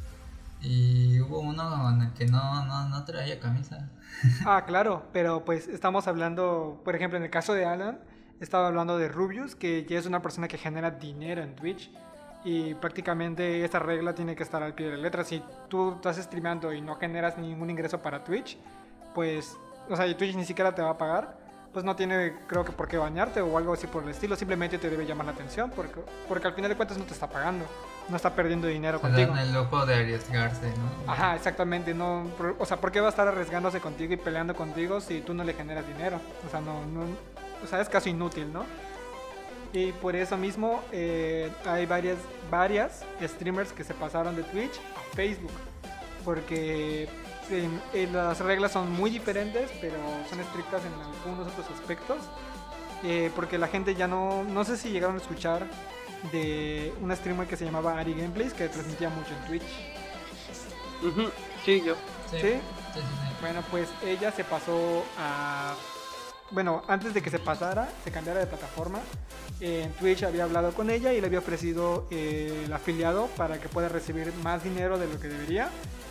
Y hubo uno en el que no, no, no traía camisa. Ah, claro, pero pues estamos hablando, por ejemplo, en el caso de Alan, estaba hablando de Rubius, que ya es una persona que genera dinero en Twitch. Y prácticamente esta regla tiene que estar al pie de la letra. Si tú estás streameando y no generas ningún ingreso para Twitch, pues, o sea, y Twitch ni siquiera te va a pagar, pues no tiene, creo que por qué bañarte o algo así por el estilo. Simplemente te debe llamar la atención porque, porque al final de cuentas no te está pagando, no está perdiendo dinero Se contigo. dan el lujo de arriesgarse, ¿no? Ajá, exactamente. No, o sea, ¿por qué va a estar arriesgándose contigo y peleando contigo si tú no le generas dinero? O sea, no, no, o sea, es casi inútil, ¿no? Y por eso mismo eh, hay varias, varias streamers que se pasaron de Twitch a Facebook. Porque eh, eh, las reglas son muy diferentes, pero son estrictas en algunos otros aspectos. Eh, porque la gente ya no... No sé si llegaron a escuchar de una streamer que se llamaba Ari Gameplays, que transmitía mucho en Twitch. Uh-huh. Sí, yo. Sí, ¿Sí? sí, sí, sí. Bueno, pues ella se pasó a... Bueno, antes de que se pasara, se cambiara de plataforma, eh, en Twitch había hablado con ella y le había ofrecido eh, el afiliado para que pueda recibir más dinero de lo que debería.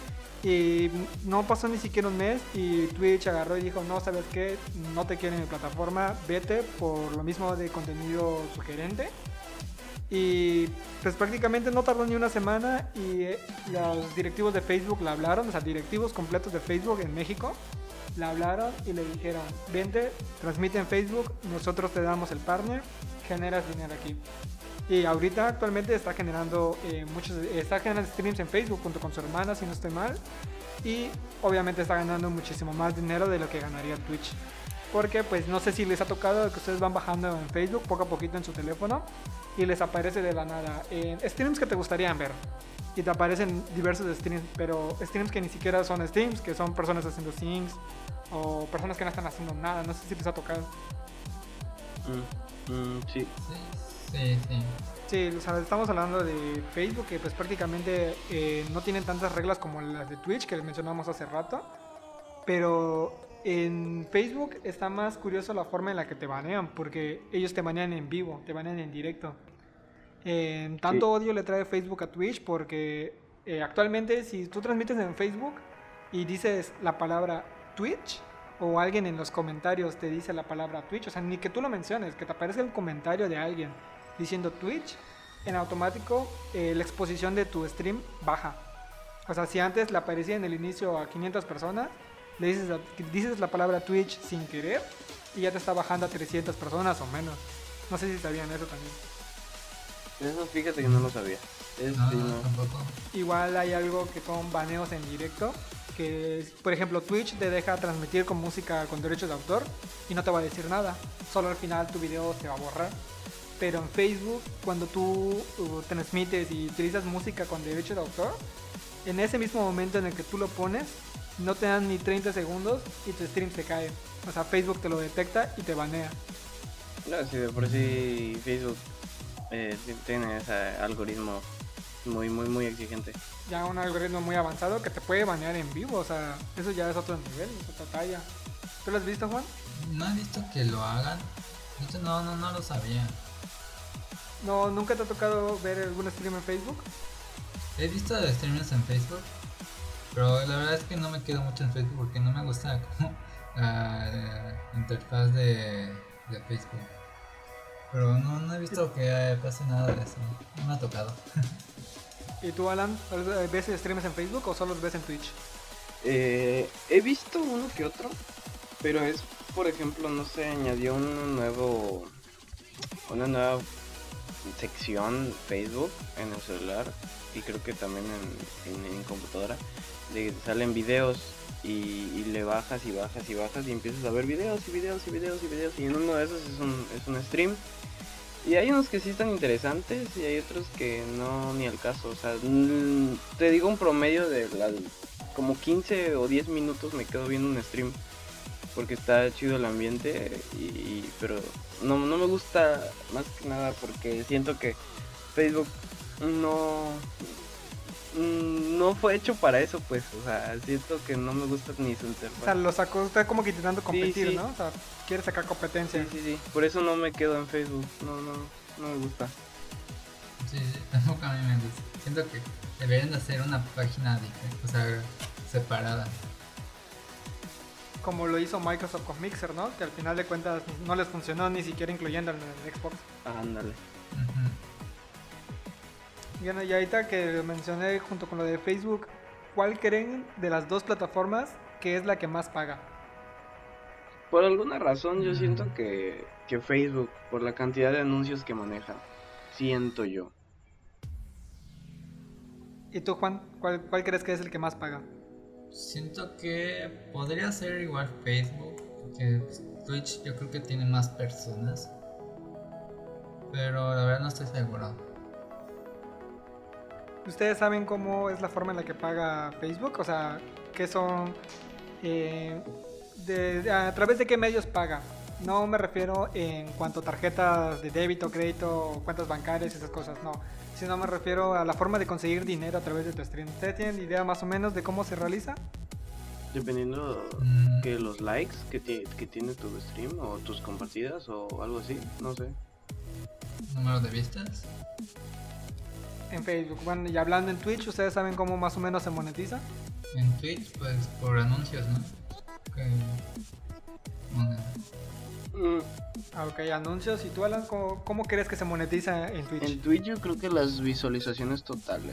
Y no pasó ni siquiera un mes y Twitch agarró y dijo, no, ¿sabes qué? No te quiero en mi plataforma, vete por lo mismo de contenido sugerente. Y pues prácticamente no tardó ni una semana y eh, los directivos de Facebook la hablaron, o sea, directivos completos de Facebook en México, la hablaron y le dijeron, vente, transmite en Facebook, nosotros te damos el partner, generas dinero aquí. Y ahorita actualmente está generando eh, muchos, está generando streams en Facebook junto con su hermana, si no estoy mal. Y obviamente está ganando muchísimo más dinero de lo que ganaría en Twitch. Porque pues no sé si les ha tocado que ustedes van bajando en Facebook poco a poquito en su teléfono y les aparece de la nada eh, streams que te gustarían ver. Y te aparecen diversos streams, pero streams que ni siquiera son streams, que son personas haciendo things o personas que no están haciendo nada. No sé si les ha tocado. Mm, mm, sí. Sí, sí, sí. Sí, o sea, estamos hablando de Facebook, que pues prácticamente eh, no tienen tantas reglas como las de Twitch, que les mencionamos hace rato. Pero en Facebook está más curioso la forma en la que te banean, porque ellos te banean en vivo, te banean en directo. Eh, tanto Sí. odio le trae Facebook a Twitch porque eh, actualmente si tú transmites en Facebook y dices la palabra Twitch o alguien en los comentarios te dice la palabra Twitch, o sea, ni que tú lo menciones, que te aparezca el comentario de alguien diciendo Twitch, en automático eh, la exposición de tu stream baja. O sea, si antes le aparecía en el inicio a quinientas personas, le dices, dices la palabra Twitch sin querer y ya te está bajando a trescientas personas o menos. No sé si sabían eso también. Eso fíjate que no lo sabía. Es, No, sí, no, no. tampoco. Igual hay algo que son baneos en directo, que por ejemplo Twitch te deja transmitir con música con derechos de autor y no te va a decir nada, solo al final tu video se va a borrar. Pero en Facebook, cuando tú uh, transmites y utilizas música con derechos de autor, en ese mismo momento en el que tú lo pones, no te dan ni treinta segundos y tu stream se cae. O sea, Facebook te lo detecta y te banea. No, sí, de por sí Facebook eh, sí tiene ese algoritmo muy, muy, muy exigente. Ya un algoritmo muy avanzado que te puede banear en vivo, o sea, eso ya es otro nivel, es otra talla. ¿Tú lo has visto, Juan? No he visto que lo hagan, De hecho, no, no, no lo sabía. No, ¿nunca te ha tocado ver algún stream en Facebook? He visto streamers en Facebook, pero la verdad es que no me quedo mucho en Facebook porque no me gusta como la interfaz de, de Facebook. Pero no, no he visto que pase nada de eso. No me ha tocado. ¿Y tú, Alan, ves streams en Facebook o solo los ves en Twitch? Eh, he visto uno que otro, pero es, por ejemplo, no sé, añadió un nuevo, una nueva sección Facebook en el celular y creo que también en, en, en computadora, de que te salen videos y, y le bajas y bajas y bajas y empiezas a ver videos y videos y videos y videos y en uno de esos es un, es un stream. Y hay unos que sí están interesantes y hay otros que no, ni al caso. O sea, te digo un promedio de la, como quince o diez minutos me quedo viendo un stream porque está chido el ambiente, y, y, pero no, no me gusta más que nada porque siento que Facebook no, no fue hecho para eso, pues. O sea, siento que no me gusta ni su interfaz. O sea, lo sacó, está como que intentando competir, sí, sí. ¿no? O sea, quiere sacar competencia. Sí, sí, sí. Por eso no me quedo en Facebook. No, no, no me gusta. Sí, sí, tampoco a mí me gusta. Siento que deberían de hacer una página diferente, o sea, separada. Como lo hizo Microsoft con Mixer, ¿no? Que al final de cuentas no les funcionó, ni siquiera incluyendo en el Xbox. Ándale. Uh-huh. Bueno, y ahorita que mencioné junto con lo de Facebook, ¿cuál creen de las dos plataformas que es la que más paga? Por alguna razón yo Mm. siento que, que Facebook, por la cantidad de anuncios que maneja, siento yo. ¿Y tú, Juan? ¿Cuál, cuál crees que es el que más paga? Siento que podría ser igual Facebook, porque pues, Twitch yo creo que tiene más personas, pero la verdad no estoy seguro. ¿Ustedes saben cómo es la forma en la que paga Facebook? O sea, ¿qué son? Eh, de, de- ¿A través de qué medios paga? No me refiero en cuanto a tarjetas de débito, crédito, cuentas bancarias y esas cosas, no. Sino me refiero a la forma de conseguir dinero a través de tu stream. ¿Ustedes tienen idea más o menos de cómo se realiza? Dependiendo Mm, que los likes que, ti- que tiene tu stream o tus compartidas o algo así, no sé. número de vistas. En Facebook. Bueno, y hablando en Twitch, ¿ustedes saben cómo más o menos se monetiza? En Twitch, pues por anuncios, ¿no? Que... bueno, Mm, Ah, ok, anuncios. ¿Y tú, Alan, cómo, cómo crees que se monetiza en Twitch? En Twitch yo creo que las visualizaciones totales.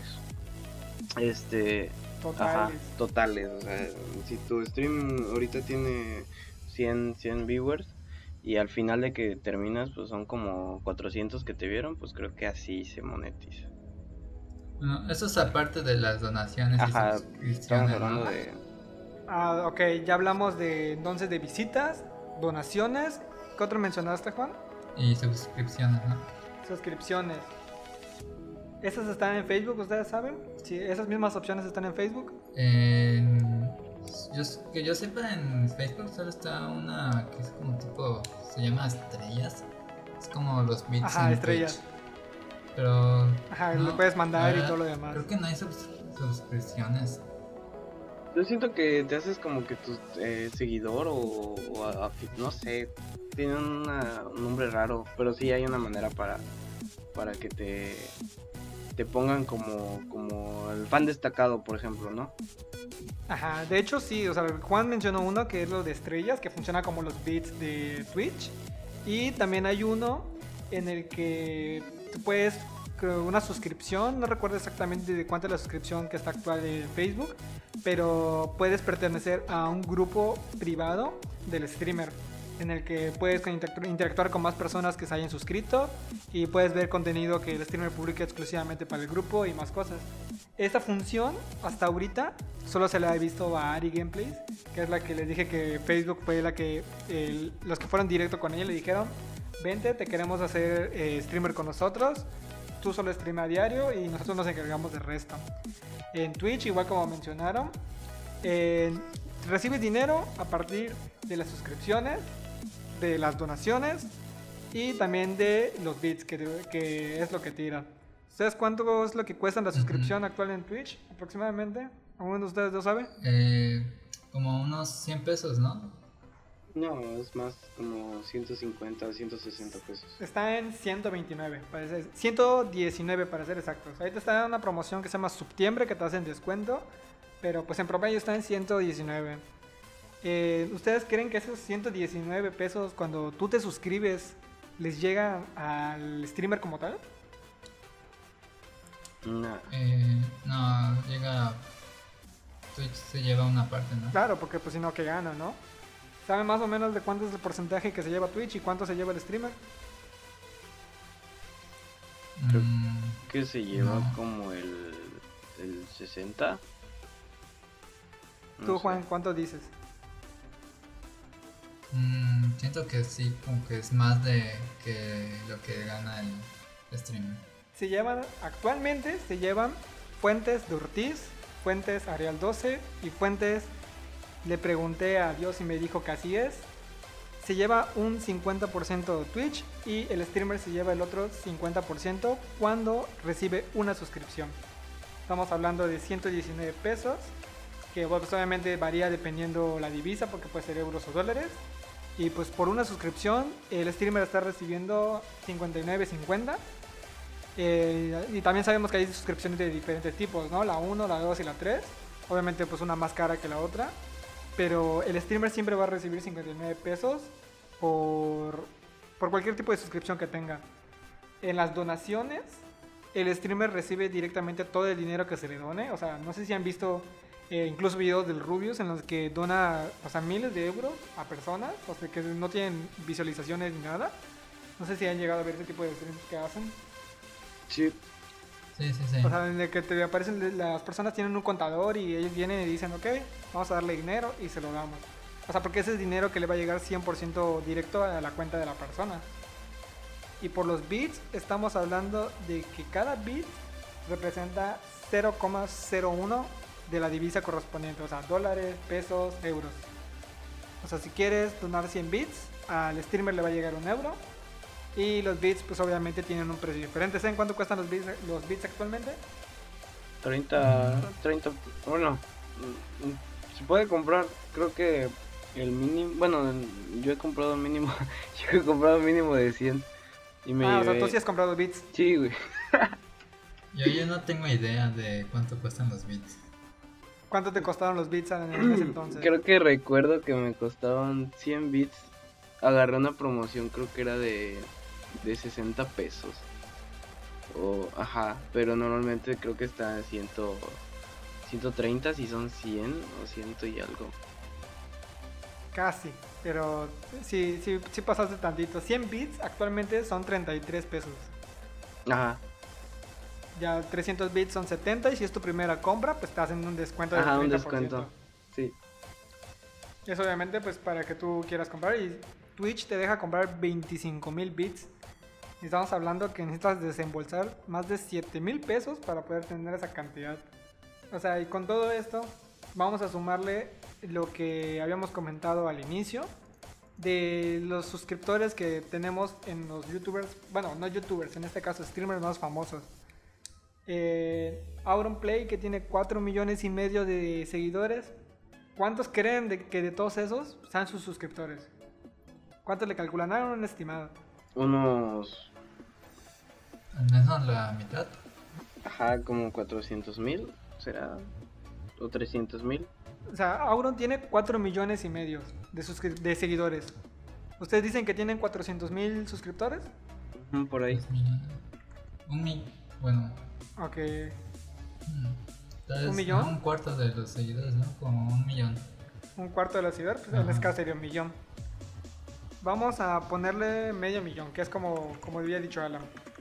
Este, ajá, Totales. totales. O sea, si tu stream ahorita tiene cien, cien viewers y al final de que terminas pues son como cuatrocientos que te vieron, pues creo que así se monetiza. bueno, eso es aparte de las donaciones Ajá, y estamos suscripciones, hablando ¿no? de... Ah, ok, ya hablamos de entonces de visitas, donaciones. ¿Qué otro mencionaste, Juan? Y suscripciones, ¿no? Suscripciones. ¿Esas están en Facebook, ustedes saben? Sí, esas mismas opciones están en Facebook. En- yo, que yo sepa, en Facebook solo está una que es como tipo, se llama estrellas. Es como los bits Ajá, en estrellas. Twitch. Pero Ajá, no, le puedes mandar la y todo lo demás. Creo que no hay subs- suscripciones. Yo siento que te haces como que tu eh, seguidor o, o a- afi- no sé, tiene una- un nombre raro, pero sí hay una manera para, para que te, te pongan como, como el fan destacado, por ejemplo, ¿no? Ajá, de hecho sí, o sea, Juan mencionó uno que es lo de estrellas, que funciona como los bits de Twitch. Y también hay uno en el que tú puedes, creo, una suscripción, no recuerdo exactamente de cuánto es la suscripción que está actual en Facebook, pero puedes pertenecer a un grupo privado del streamer, en el que puedes interactu- interactuar con más personas que se hayan suscrito y puedes ver contenido que el streamer publica exclusivamente para el grupo y más cosas. Esta función, hasta ahorita, solo se la he visto a Ari Gameplays, que es la que les dije que Facebook fue la que, el- los que fueron directo con ella le dijeron, vente, te queremos hacer eh, streamer con nosotros, tú solo streama a diario y nosotros nos encargamos del resto. En Twitch, igual como mencionaron, eh, recibes dinero a partir de las suscripciones, de las donaciones y también de los bits, que, que es lo que tiran. ¿Sabes cuánto es lo que cuesta la suscripción Ujú. actual en Twitch aproximadamente? ¿Alguno de ustedes lo sabe? Eh, como unos cien pesos, ¿no? No, es más como ciento cincuenta, ciento sesenta pesos. Está en ciento veintinueve, para ser- ciento diecinueve para ser exactos. Ahorita está en una promoción que se llama Septiembre, que te hacen descuento, pero pues en promedio está en ciento diecinueve. Eh, ¿Ustedes creen que esos ciento diecinueve pesos cuando tú te suscribes les llegan al streamer como tal? No. Eh, no, llega. Twitch se lleva una parte, ¿no? Claro, porque pues si no, que gana, ¿no? ¿Saben más o menos de cuánto es el porcentaje que se lleva Twitch y cuánto se lleva el streamer? Mm, Que se lleva No. como el, el sesenta. No Tú, sé. Juan, ¿cuánto dices? mm, siento que sí, como que es más de que lo que gana el streamer. Se llevan, actualmente se llevan Fuentes de Ortiz, Fuentes Arial doce y Fuentes, le pregunté a Dios y me dijo que así es. Se lleva un cincuenta por ciento Twitch y el streamer se lleva el otro cincuenta por ciento cuando recibe una suscripción. Estamos hablando de ciento diecinueve pesos, que pues, obviamente varía dependiendo la divisa, porque puede ser euros o dólares. Y pues por una suscripción el streamer está recibiendo cincuenta y nueve cincuenta. Eh, y también sabemos que hay suscripciones de diferentes tipos, ¿no? La uno, la dos y la tres. Obviamente pues una más cara que la otra. Pero el streamer siempre va a recibir cincuenta y nueve pesos por, por cualquier tipo de suscripción que tenga. En las donaciones, el streamer recibe directamente todo el dinero que se le done. O sea, no sé si han visto eh, incluso videos del Rubius en los que dona, o sea, miles de euros a personas, o sea, que no tienen visualizaciones ni nada. No sé si han llegado a ver ese tipo de streams que hacen. Sí, Sí, sí, sí. O sea, en el que te aparecen, las personas tienen un contador y ellos vienen y dicen, ok, vamos a darle dinero y se lo damos. O sea, porque ese es dinero que le va a llegar cien por ciento directo a la cuenta de la persona. Y por los bits, estamos hablando de que cada bit representa cero coma cero uno de la divisa correspondiente. O sea, dólares, pesos, euros. O sea, si quieres donar cien bits, al streamer le va a llegar un euro. Y los bits, pues obviamente tienen un precio diferente. ¿Saben cuánto cuestan los bits, los bits actualmente? treinta, treinta, bueno, mm, se puede comprar, creo que el mínimo, bueno, yo he comprado el mínimo, yo he comprado el mínimo de cien y me Ah, o sea, llevé- tú sí has comprado bits. Sí, güey. Yo, yo no tengo idea de cuánto cuestan los bits. ¿Cuánto te costaron los bits en en ese entonces? Creo que recuerdo que me costaban cien bits, agarré una promoción, creo que era de, de sesenta pesos. O, ajá, pero normalmente creo que está en cien, ciento treinta si son cien o cien y algo. Casi, pero sí, sí, sí pasaste tantito. cien bits actualmente son treinta y tres pesos. Ajá, Ya trescientos bits son setenta y si es tu primera compra, pues te hacen un descuento del ajá, un treinta por ciento. descuento. Sí, Es obviamente pues para que tú quieras comprar y Twitch te deja comprar veinticinco mil bits. Y estamos hablando que necesitas desembolsar más de siete mil pesos para poder tener esa cantidad. O sea, y con todo esto vamos a sumarle lo que habíamos comentado al inicio de los suscriptores que tenemos en los youtubers, bueno, no youtubers, en este caso streamers más famosos. Eh, Auronplay, que tiene cuatro millones y medio de seguidores. ¿Cuántos creen de que de todos esos sean sus suscriptores? ¿Cuántos le calculan? Ah, un estimado. unos, Al menos la mitad. ajá, como cuatrocientos mil, será, o trescientos mil. O sea, Auron tiene cuatro millones y medio de, suscri- de seguidores. ¿Ustedes dicen que tienen cuatrocientos mil suscriptores? Ujú, por ahí. Dos millones. Un mi... Bueno. Ok. mm, tal vez ¿Un millón? no, un cuarto de los seguidores, ¿no? Como un millón. Un cuarto de la ciudad, pues en Ajá. este caso sería un millón. Vamos a ponerle medio millón, que es como, como había dicho Alan.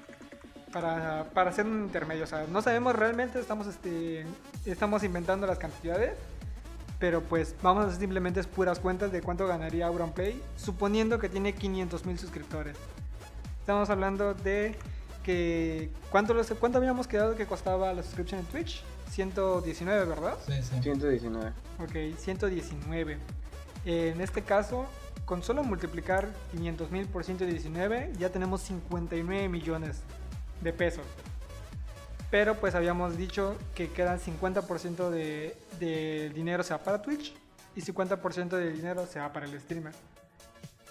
Para, para hacer un intermedio, o sea, no sabemos realmente, estamos, este, estamos inventando las cantidades. Pero pues vamos a hacer simplemente puras cuentas de cuánto ganaría Auronplay, suponiendo que tiene quinientos mil suscriptores. Estamos hablando de que... ¿cuánto, los- ¿Cuánto habíamos quedado que costaba la suscripción en Twitch? ciento diecinueve, ¿verdad? Sí, sí. ciento diecinueve. Ok, ciento diecinueve. En este caso, con solo multiplicar quinientos mil por ciento diecinueve, ya tenemos cincuenta y nueve millones de pesos. Pero pues habíamos dicho que quedan cincuenta por ciento de, del dinero se va para Twitch y cincuenta por ciento del dinero se va para el streamer.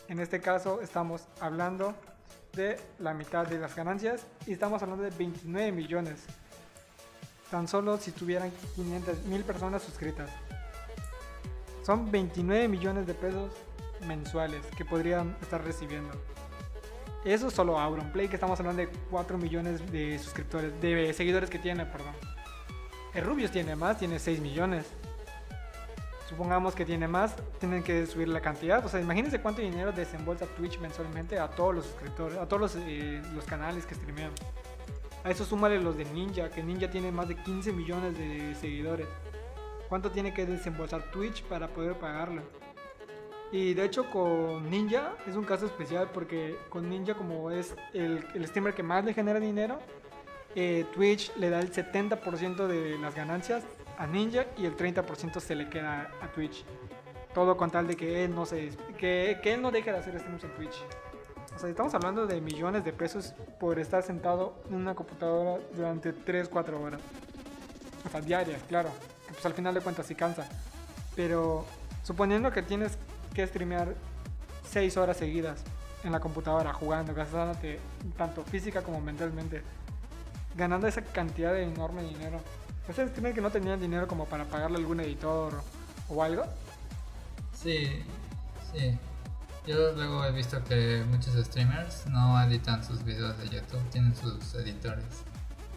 En este caso estamos hablando de la mitad de las ganancias y estamos hablando de veintinueve millones. Tan solo si tuvieran quinientas mil personas suscritas. Son veintinueve millones de pesos mensuales que podrían estar recibiendo. Eso solo Auronplay, que estamos hablando de cuatro millones de suscriptores, de seguidores que tiene, perdón. El Rubius tiene más, tiene seis millones. Supongamos que tiene más, tienen que subir la cantidad. O sea, imagínense cuánto dinero desembolsa Twitch mensualmente a todos los suscriptores, a todos los, eh, los canales que streamean. A eso súmale los de Ninja, que Ninja tiene más de quince millones de seguidores. ¿Cuánto tiene que desembolsar Twitch para poder pagarlo? Y de hecho con Ninja es un caso especial porque con Ninja, como es el, el streamer que más le genera dinero, eh, Twitch le da el setenta por ciento de las ganancias a Ninja y el treinta por ciento se le queda a Twitch. Todo con tal de que él no se que, que él no deje de hacer streams en Twitch. O sea, estamos hablando de millones de pesos por estar sentado en una computadora durante tres cuatro horas. O sea, diarias, claro. Que pues al final de cuentas sí cansa. Pero suponiendo que tienes que streamear seis horas seguidas en la computadora jugando, gastándote tanto física como mentalmente, ganando esa cantidad de enorme dinero. ¿Ustedes creen que no tenían dinero como para pagarle a algún editor o algo? Sí, sí. Yo luego he visto que muchos streamers no editan sus videos de YouTube, tienen sus editores.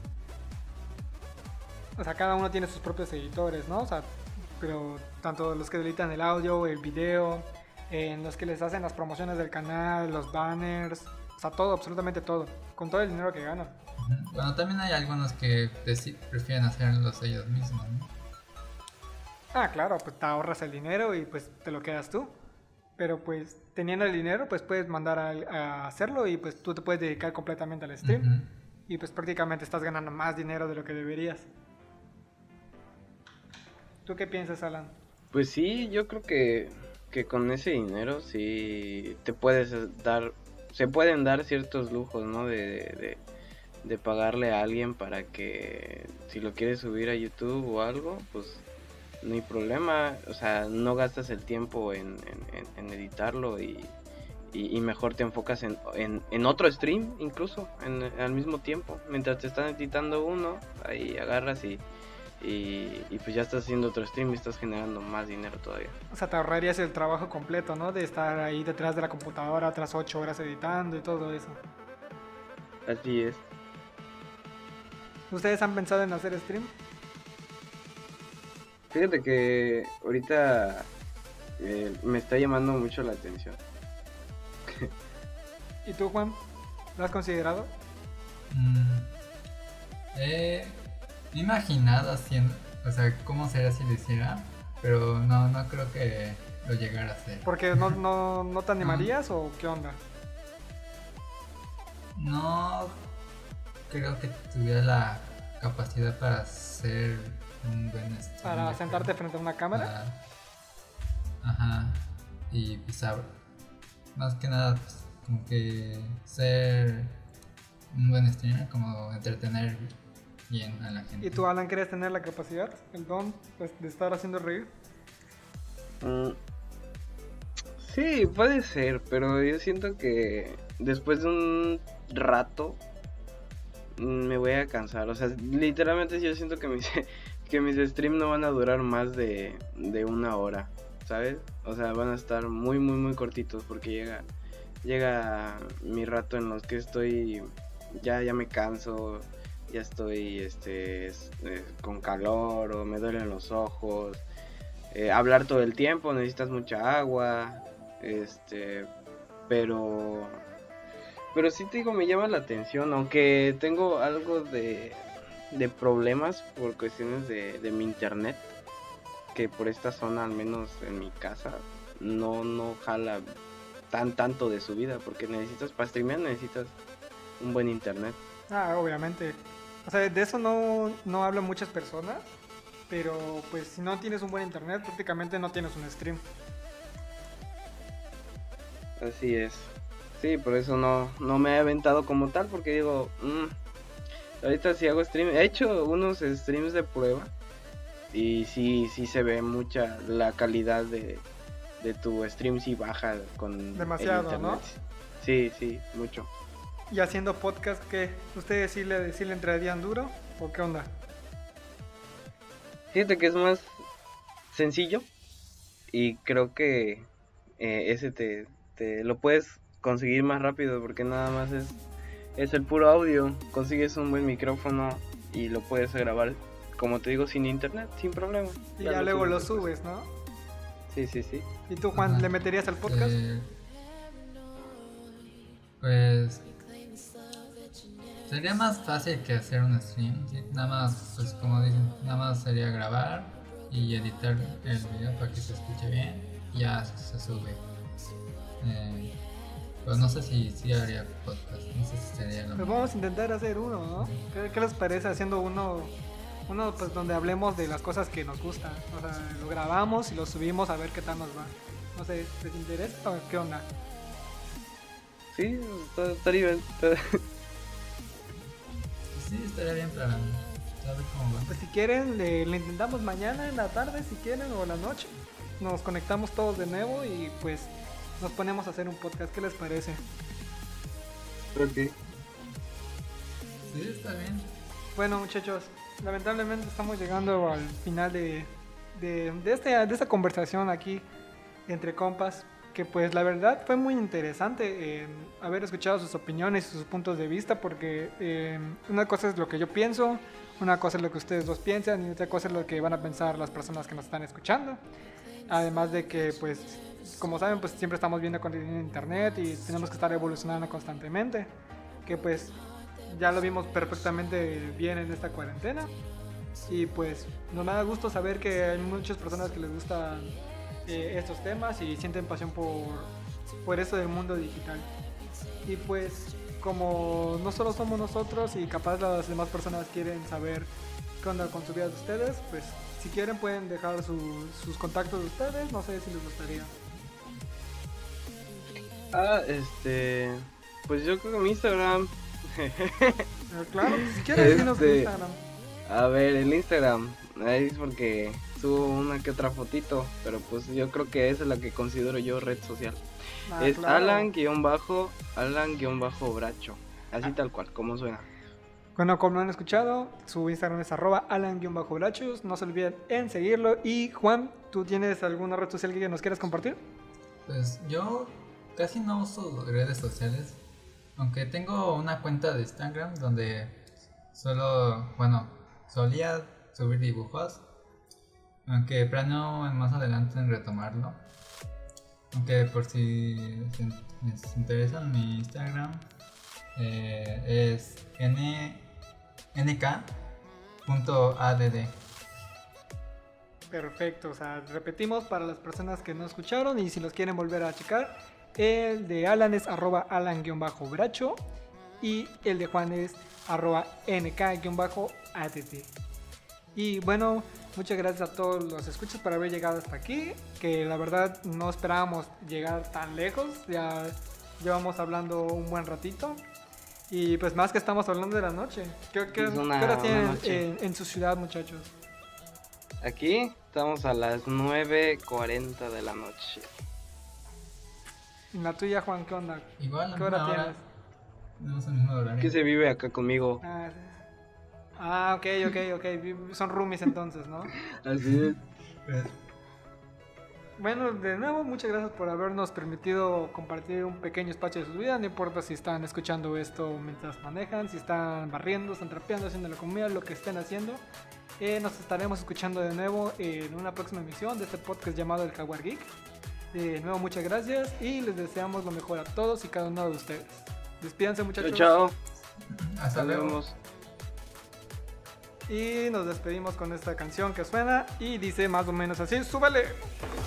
O sea, cada uno tiene sus propios editores, ¿no? O sea, pero tanto los que editan el audio, el video, en los que les hacen las promociones del canal, los banners, o sea, todo, absolutamente todo, con todo el dinero que ganan. Uh-huh. Bueno, también hay algunos que deci- prefieren hacerlos ellos mismos, ¿no? Ah, claro, pues te ahorras el dinero y pues te lo quedas tú. Pero pues teniendo el dinero, pues puedes mandar a, a hacerlo y pues tú te puedes dedicar completamente al stream. Uh-huh. Y pues prácticamente estás ganando más dinero de lo que deberías. ¿Tú qué piensas, Alan? Pues sí, yo creo que, que con ese dinero sí te puedes dar, se pueden dar ciertos lujos, ¿no? De, de, de, de pagarle a alguien para que si lo quieres subir a YouTube o algo, pues no hay problema. O sea, no gastas el tiempo en, en, en editarlo y, y, y mejor te enfocas en, en, en otro stream incluso en, al mismo tiempo. Mientras te están editando uno, ahí agarras y... Y, y pues ya estás haciendo otro stream y estás generando más dinero todavía. O sea, te ahorrarías el trabajo completo, ¿no? De estar ahí detrás de la computadora tras ocho horas editando y todo eso. Así es. ¿Ustedes han pensado en hacer stream? Fíjate que ahorita eh, me está llamando mucho la atención. ¿Y tú, Juan? ¿Lo has considerado? Mm, eh... Me he imaginado haciendo, o sea, cómo sería si lo hiciera, pero no, no creo que lo llegara a hacer. ¿Porque no, no, no te animarías no. o qué onda? No creo que tuviera la capacidad para hacer un buen streamer. ¿Para sentarte frente a una cámara? Para... Ajá, y pues más que nada, pues, como que ser un buen streamer, como entretener bien a la gente. ¿Y tú, Alan, quieres tener la capacidad, el don, pues, de estar haciendo reír? Mm, sí, puede ser, pero yo siento que después de un rato me voy a cansar. O sea, literalmente yo siento que mis, que mis streams no van a durar más de, de una hora, ¿sabes? O sea, van a estar muy, muy, muy cortitos porque llega, llega mi rato en los que estoy, ya, ya me canso. Ya estoy este, eh, con calor o me duelen los ojos. Eh, hablar todo el tiempo, necesitas mucha agua. Este, pero, pero sí te digo, me llama la atención. Aunque tengo algo de, de problemas por cuestiones de, de mi internet. Que por esta zona, al menos en mi casa, no, no jala tan tanto de subida. Porque necesitas, para streamear necesitas un buen internet. Ah, obviamente. O sea, de eso no, no hablan muchas personas, pero pues si no tienes un buen internet, prácticamente no tienes un stream. Así es. Sí, por eso no, no me he aventado como tal, porque digo, mmm, ahorita sí hago stream. He hecho unos streams de prueba y sí, sí se ve mucha la calidad de, de tu stream sí baja con Demasiado, el internet. ¿no? Sí, sí, mucho. Y haciendo podcast, ¿qué? ¿Ustedes sí le, sí le entrarían duro o qué onda? Fíjate que es más sencillo y creo que eh, ese te, te lo puedes conseguir más rápido porque nada más es, es el puro audio. Consigues un buen micrófono y lo puedes grabar, como te digo, sin internet, sin problema. Y ya, ya luego lo subes, subes, ¿no? Sí, sí, sí. ¿Y tú, Juan, Ajá. le meterías al podcast? Eh, pues sería más fácil que hacer un stream, ¿sí? Nada más, pues como dicen, nada más sería grabar y editar el video para que se escuche bien y ya se sube. Eh, pues no sé si, si haría podcast, no sé si sería lo Pues mismo. vamos a intentar hacer uno, ¿no? ¿Qué, qué les parece haciendo uno, uno pues donde hablemos de las cosas que nos gustan? O sea, lo grabamos y lo subimos a ver qué tal nos va. No sé, ¿les interesa o qué onda? Sí, está- estaría bien. está- Sí, estaría bien para saber cómo va. Pues si quieren, le, le intentamos mañana en la tarde, si quieren, o en la noche. Nos conectamos todos de nuevo y pues nos ponemos a hacer un podcast. ¿Qué les parece? Ok. Sí, está bien. Bueno, muchachos, lamentablemente estamos llegando al final de, de, de, este, de esta conversación aquí entre compas, que pues la verdad fue muy interesante eh, haber escuchado sus opiniones y sus puntos de vista, porque eh, una cosa es lo que yo pienso, una cosa es lo que ustedes dos piensan y otra cosa es lo que van a pensar las personas que nos están escuchando. Además de que pues, como saben, pues siempre estamos viendo contenido en internet y tenemos que estar evolucionando constantemente, que pues ya lo vimos perfectamente bien en esta cuarentena. Y pues nos da gusto saber que hay muchas personas que les gustan eh, estos temas y sienten pasión por, por eso del mundo digital. Y pues como no solo somos nosotros y capaz las demás personas quieren saber qué onda con su vida de ustedes, pues si quieren pueden dejar su- sus contactos de ustedes, no sé si les gustaría. Ah, este. Pues yo creo que mi Instagram. Eh, claro, si quieren dinos tu Este- Instagram. A ver, el Instagram. Ahí es porque subo una que otra fotito. Pero pues yo creo que esa es la que considero yo red social. Ah, es claro. Alan-Bajo. Alan-Bracho. Así tal cual, como suena. Bueno, como lo han escuchado, su Instagram es arroba alan-brachos. No se olviden en seguirlo. Y Juan, ¿tú tienes alguna red social que nos quieras compartir? Pues yo casi no uso redes sociales, aunque tengo una cuenta de Instagram donde solo, bueno, solía subir dibujos, aunque planeo más adelante en retomarlo. Aunque por si les interesa, mi Instagram eh, es n nk punto add. Perfecto, o sea, repetimos para las personas que no escucharon y si los quieren volver a checar, el de Alan es arroba alan-bracho y el de Juan es arroba nk-add. Y bueno, muchas gracias a todos los escuchas por haber llegado hasta aquí, que la verdad no esperábamos llegar tan lejos, ya llevamos hablando un buen ratito. Y pues más que estamos hablando de la noche. ¿Qué, qué, Es una- qué hora una tienen noche. en, en su ciudad, muchachos? Aquí estamos a las nueve cuarenta de la noche. En la tuya, Juan, ¿qué onda? Igual, ¿Qué hora a la misma tienes? Tenemos el mismo horario. ¿Qué se vive acá conmigo? Ah, ah, ok, ok, ok. Vi- Son roomies entonces, ¿no? Así es. Pues, Bueno, de nuevo, muchas gracias por habernos permitido compartir un pequeño espacio de su vida. No importa si están escuchando esto mientras manejan, si están barriendo, están trapeando, haciendo la comida, lo que estén haciendo. Eh, nos estaremos escuchando de nuevo en una próxima emisión de este podcast llamado El Jaguar Geek. De nuevo, muchas gracias y les deseamos lo mejor a todos y cada uno de ustedes. Despídanse, Chao, muchachos. chao. hasta Nos luego. vemos. Y nos despedimos con esta canción que suena y dice más o menos así: ¡súbale!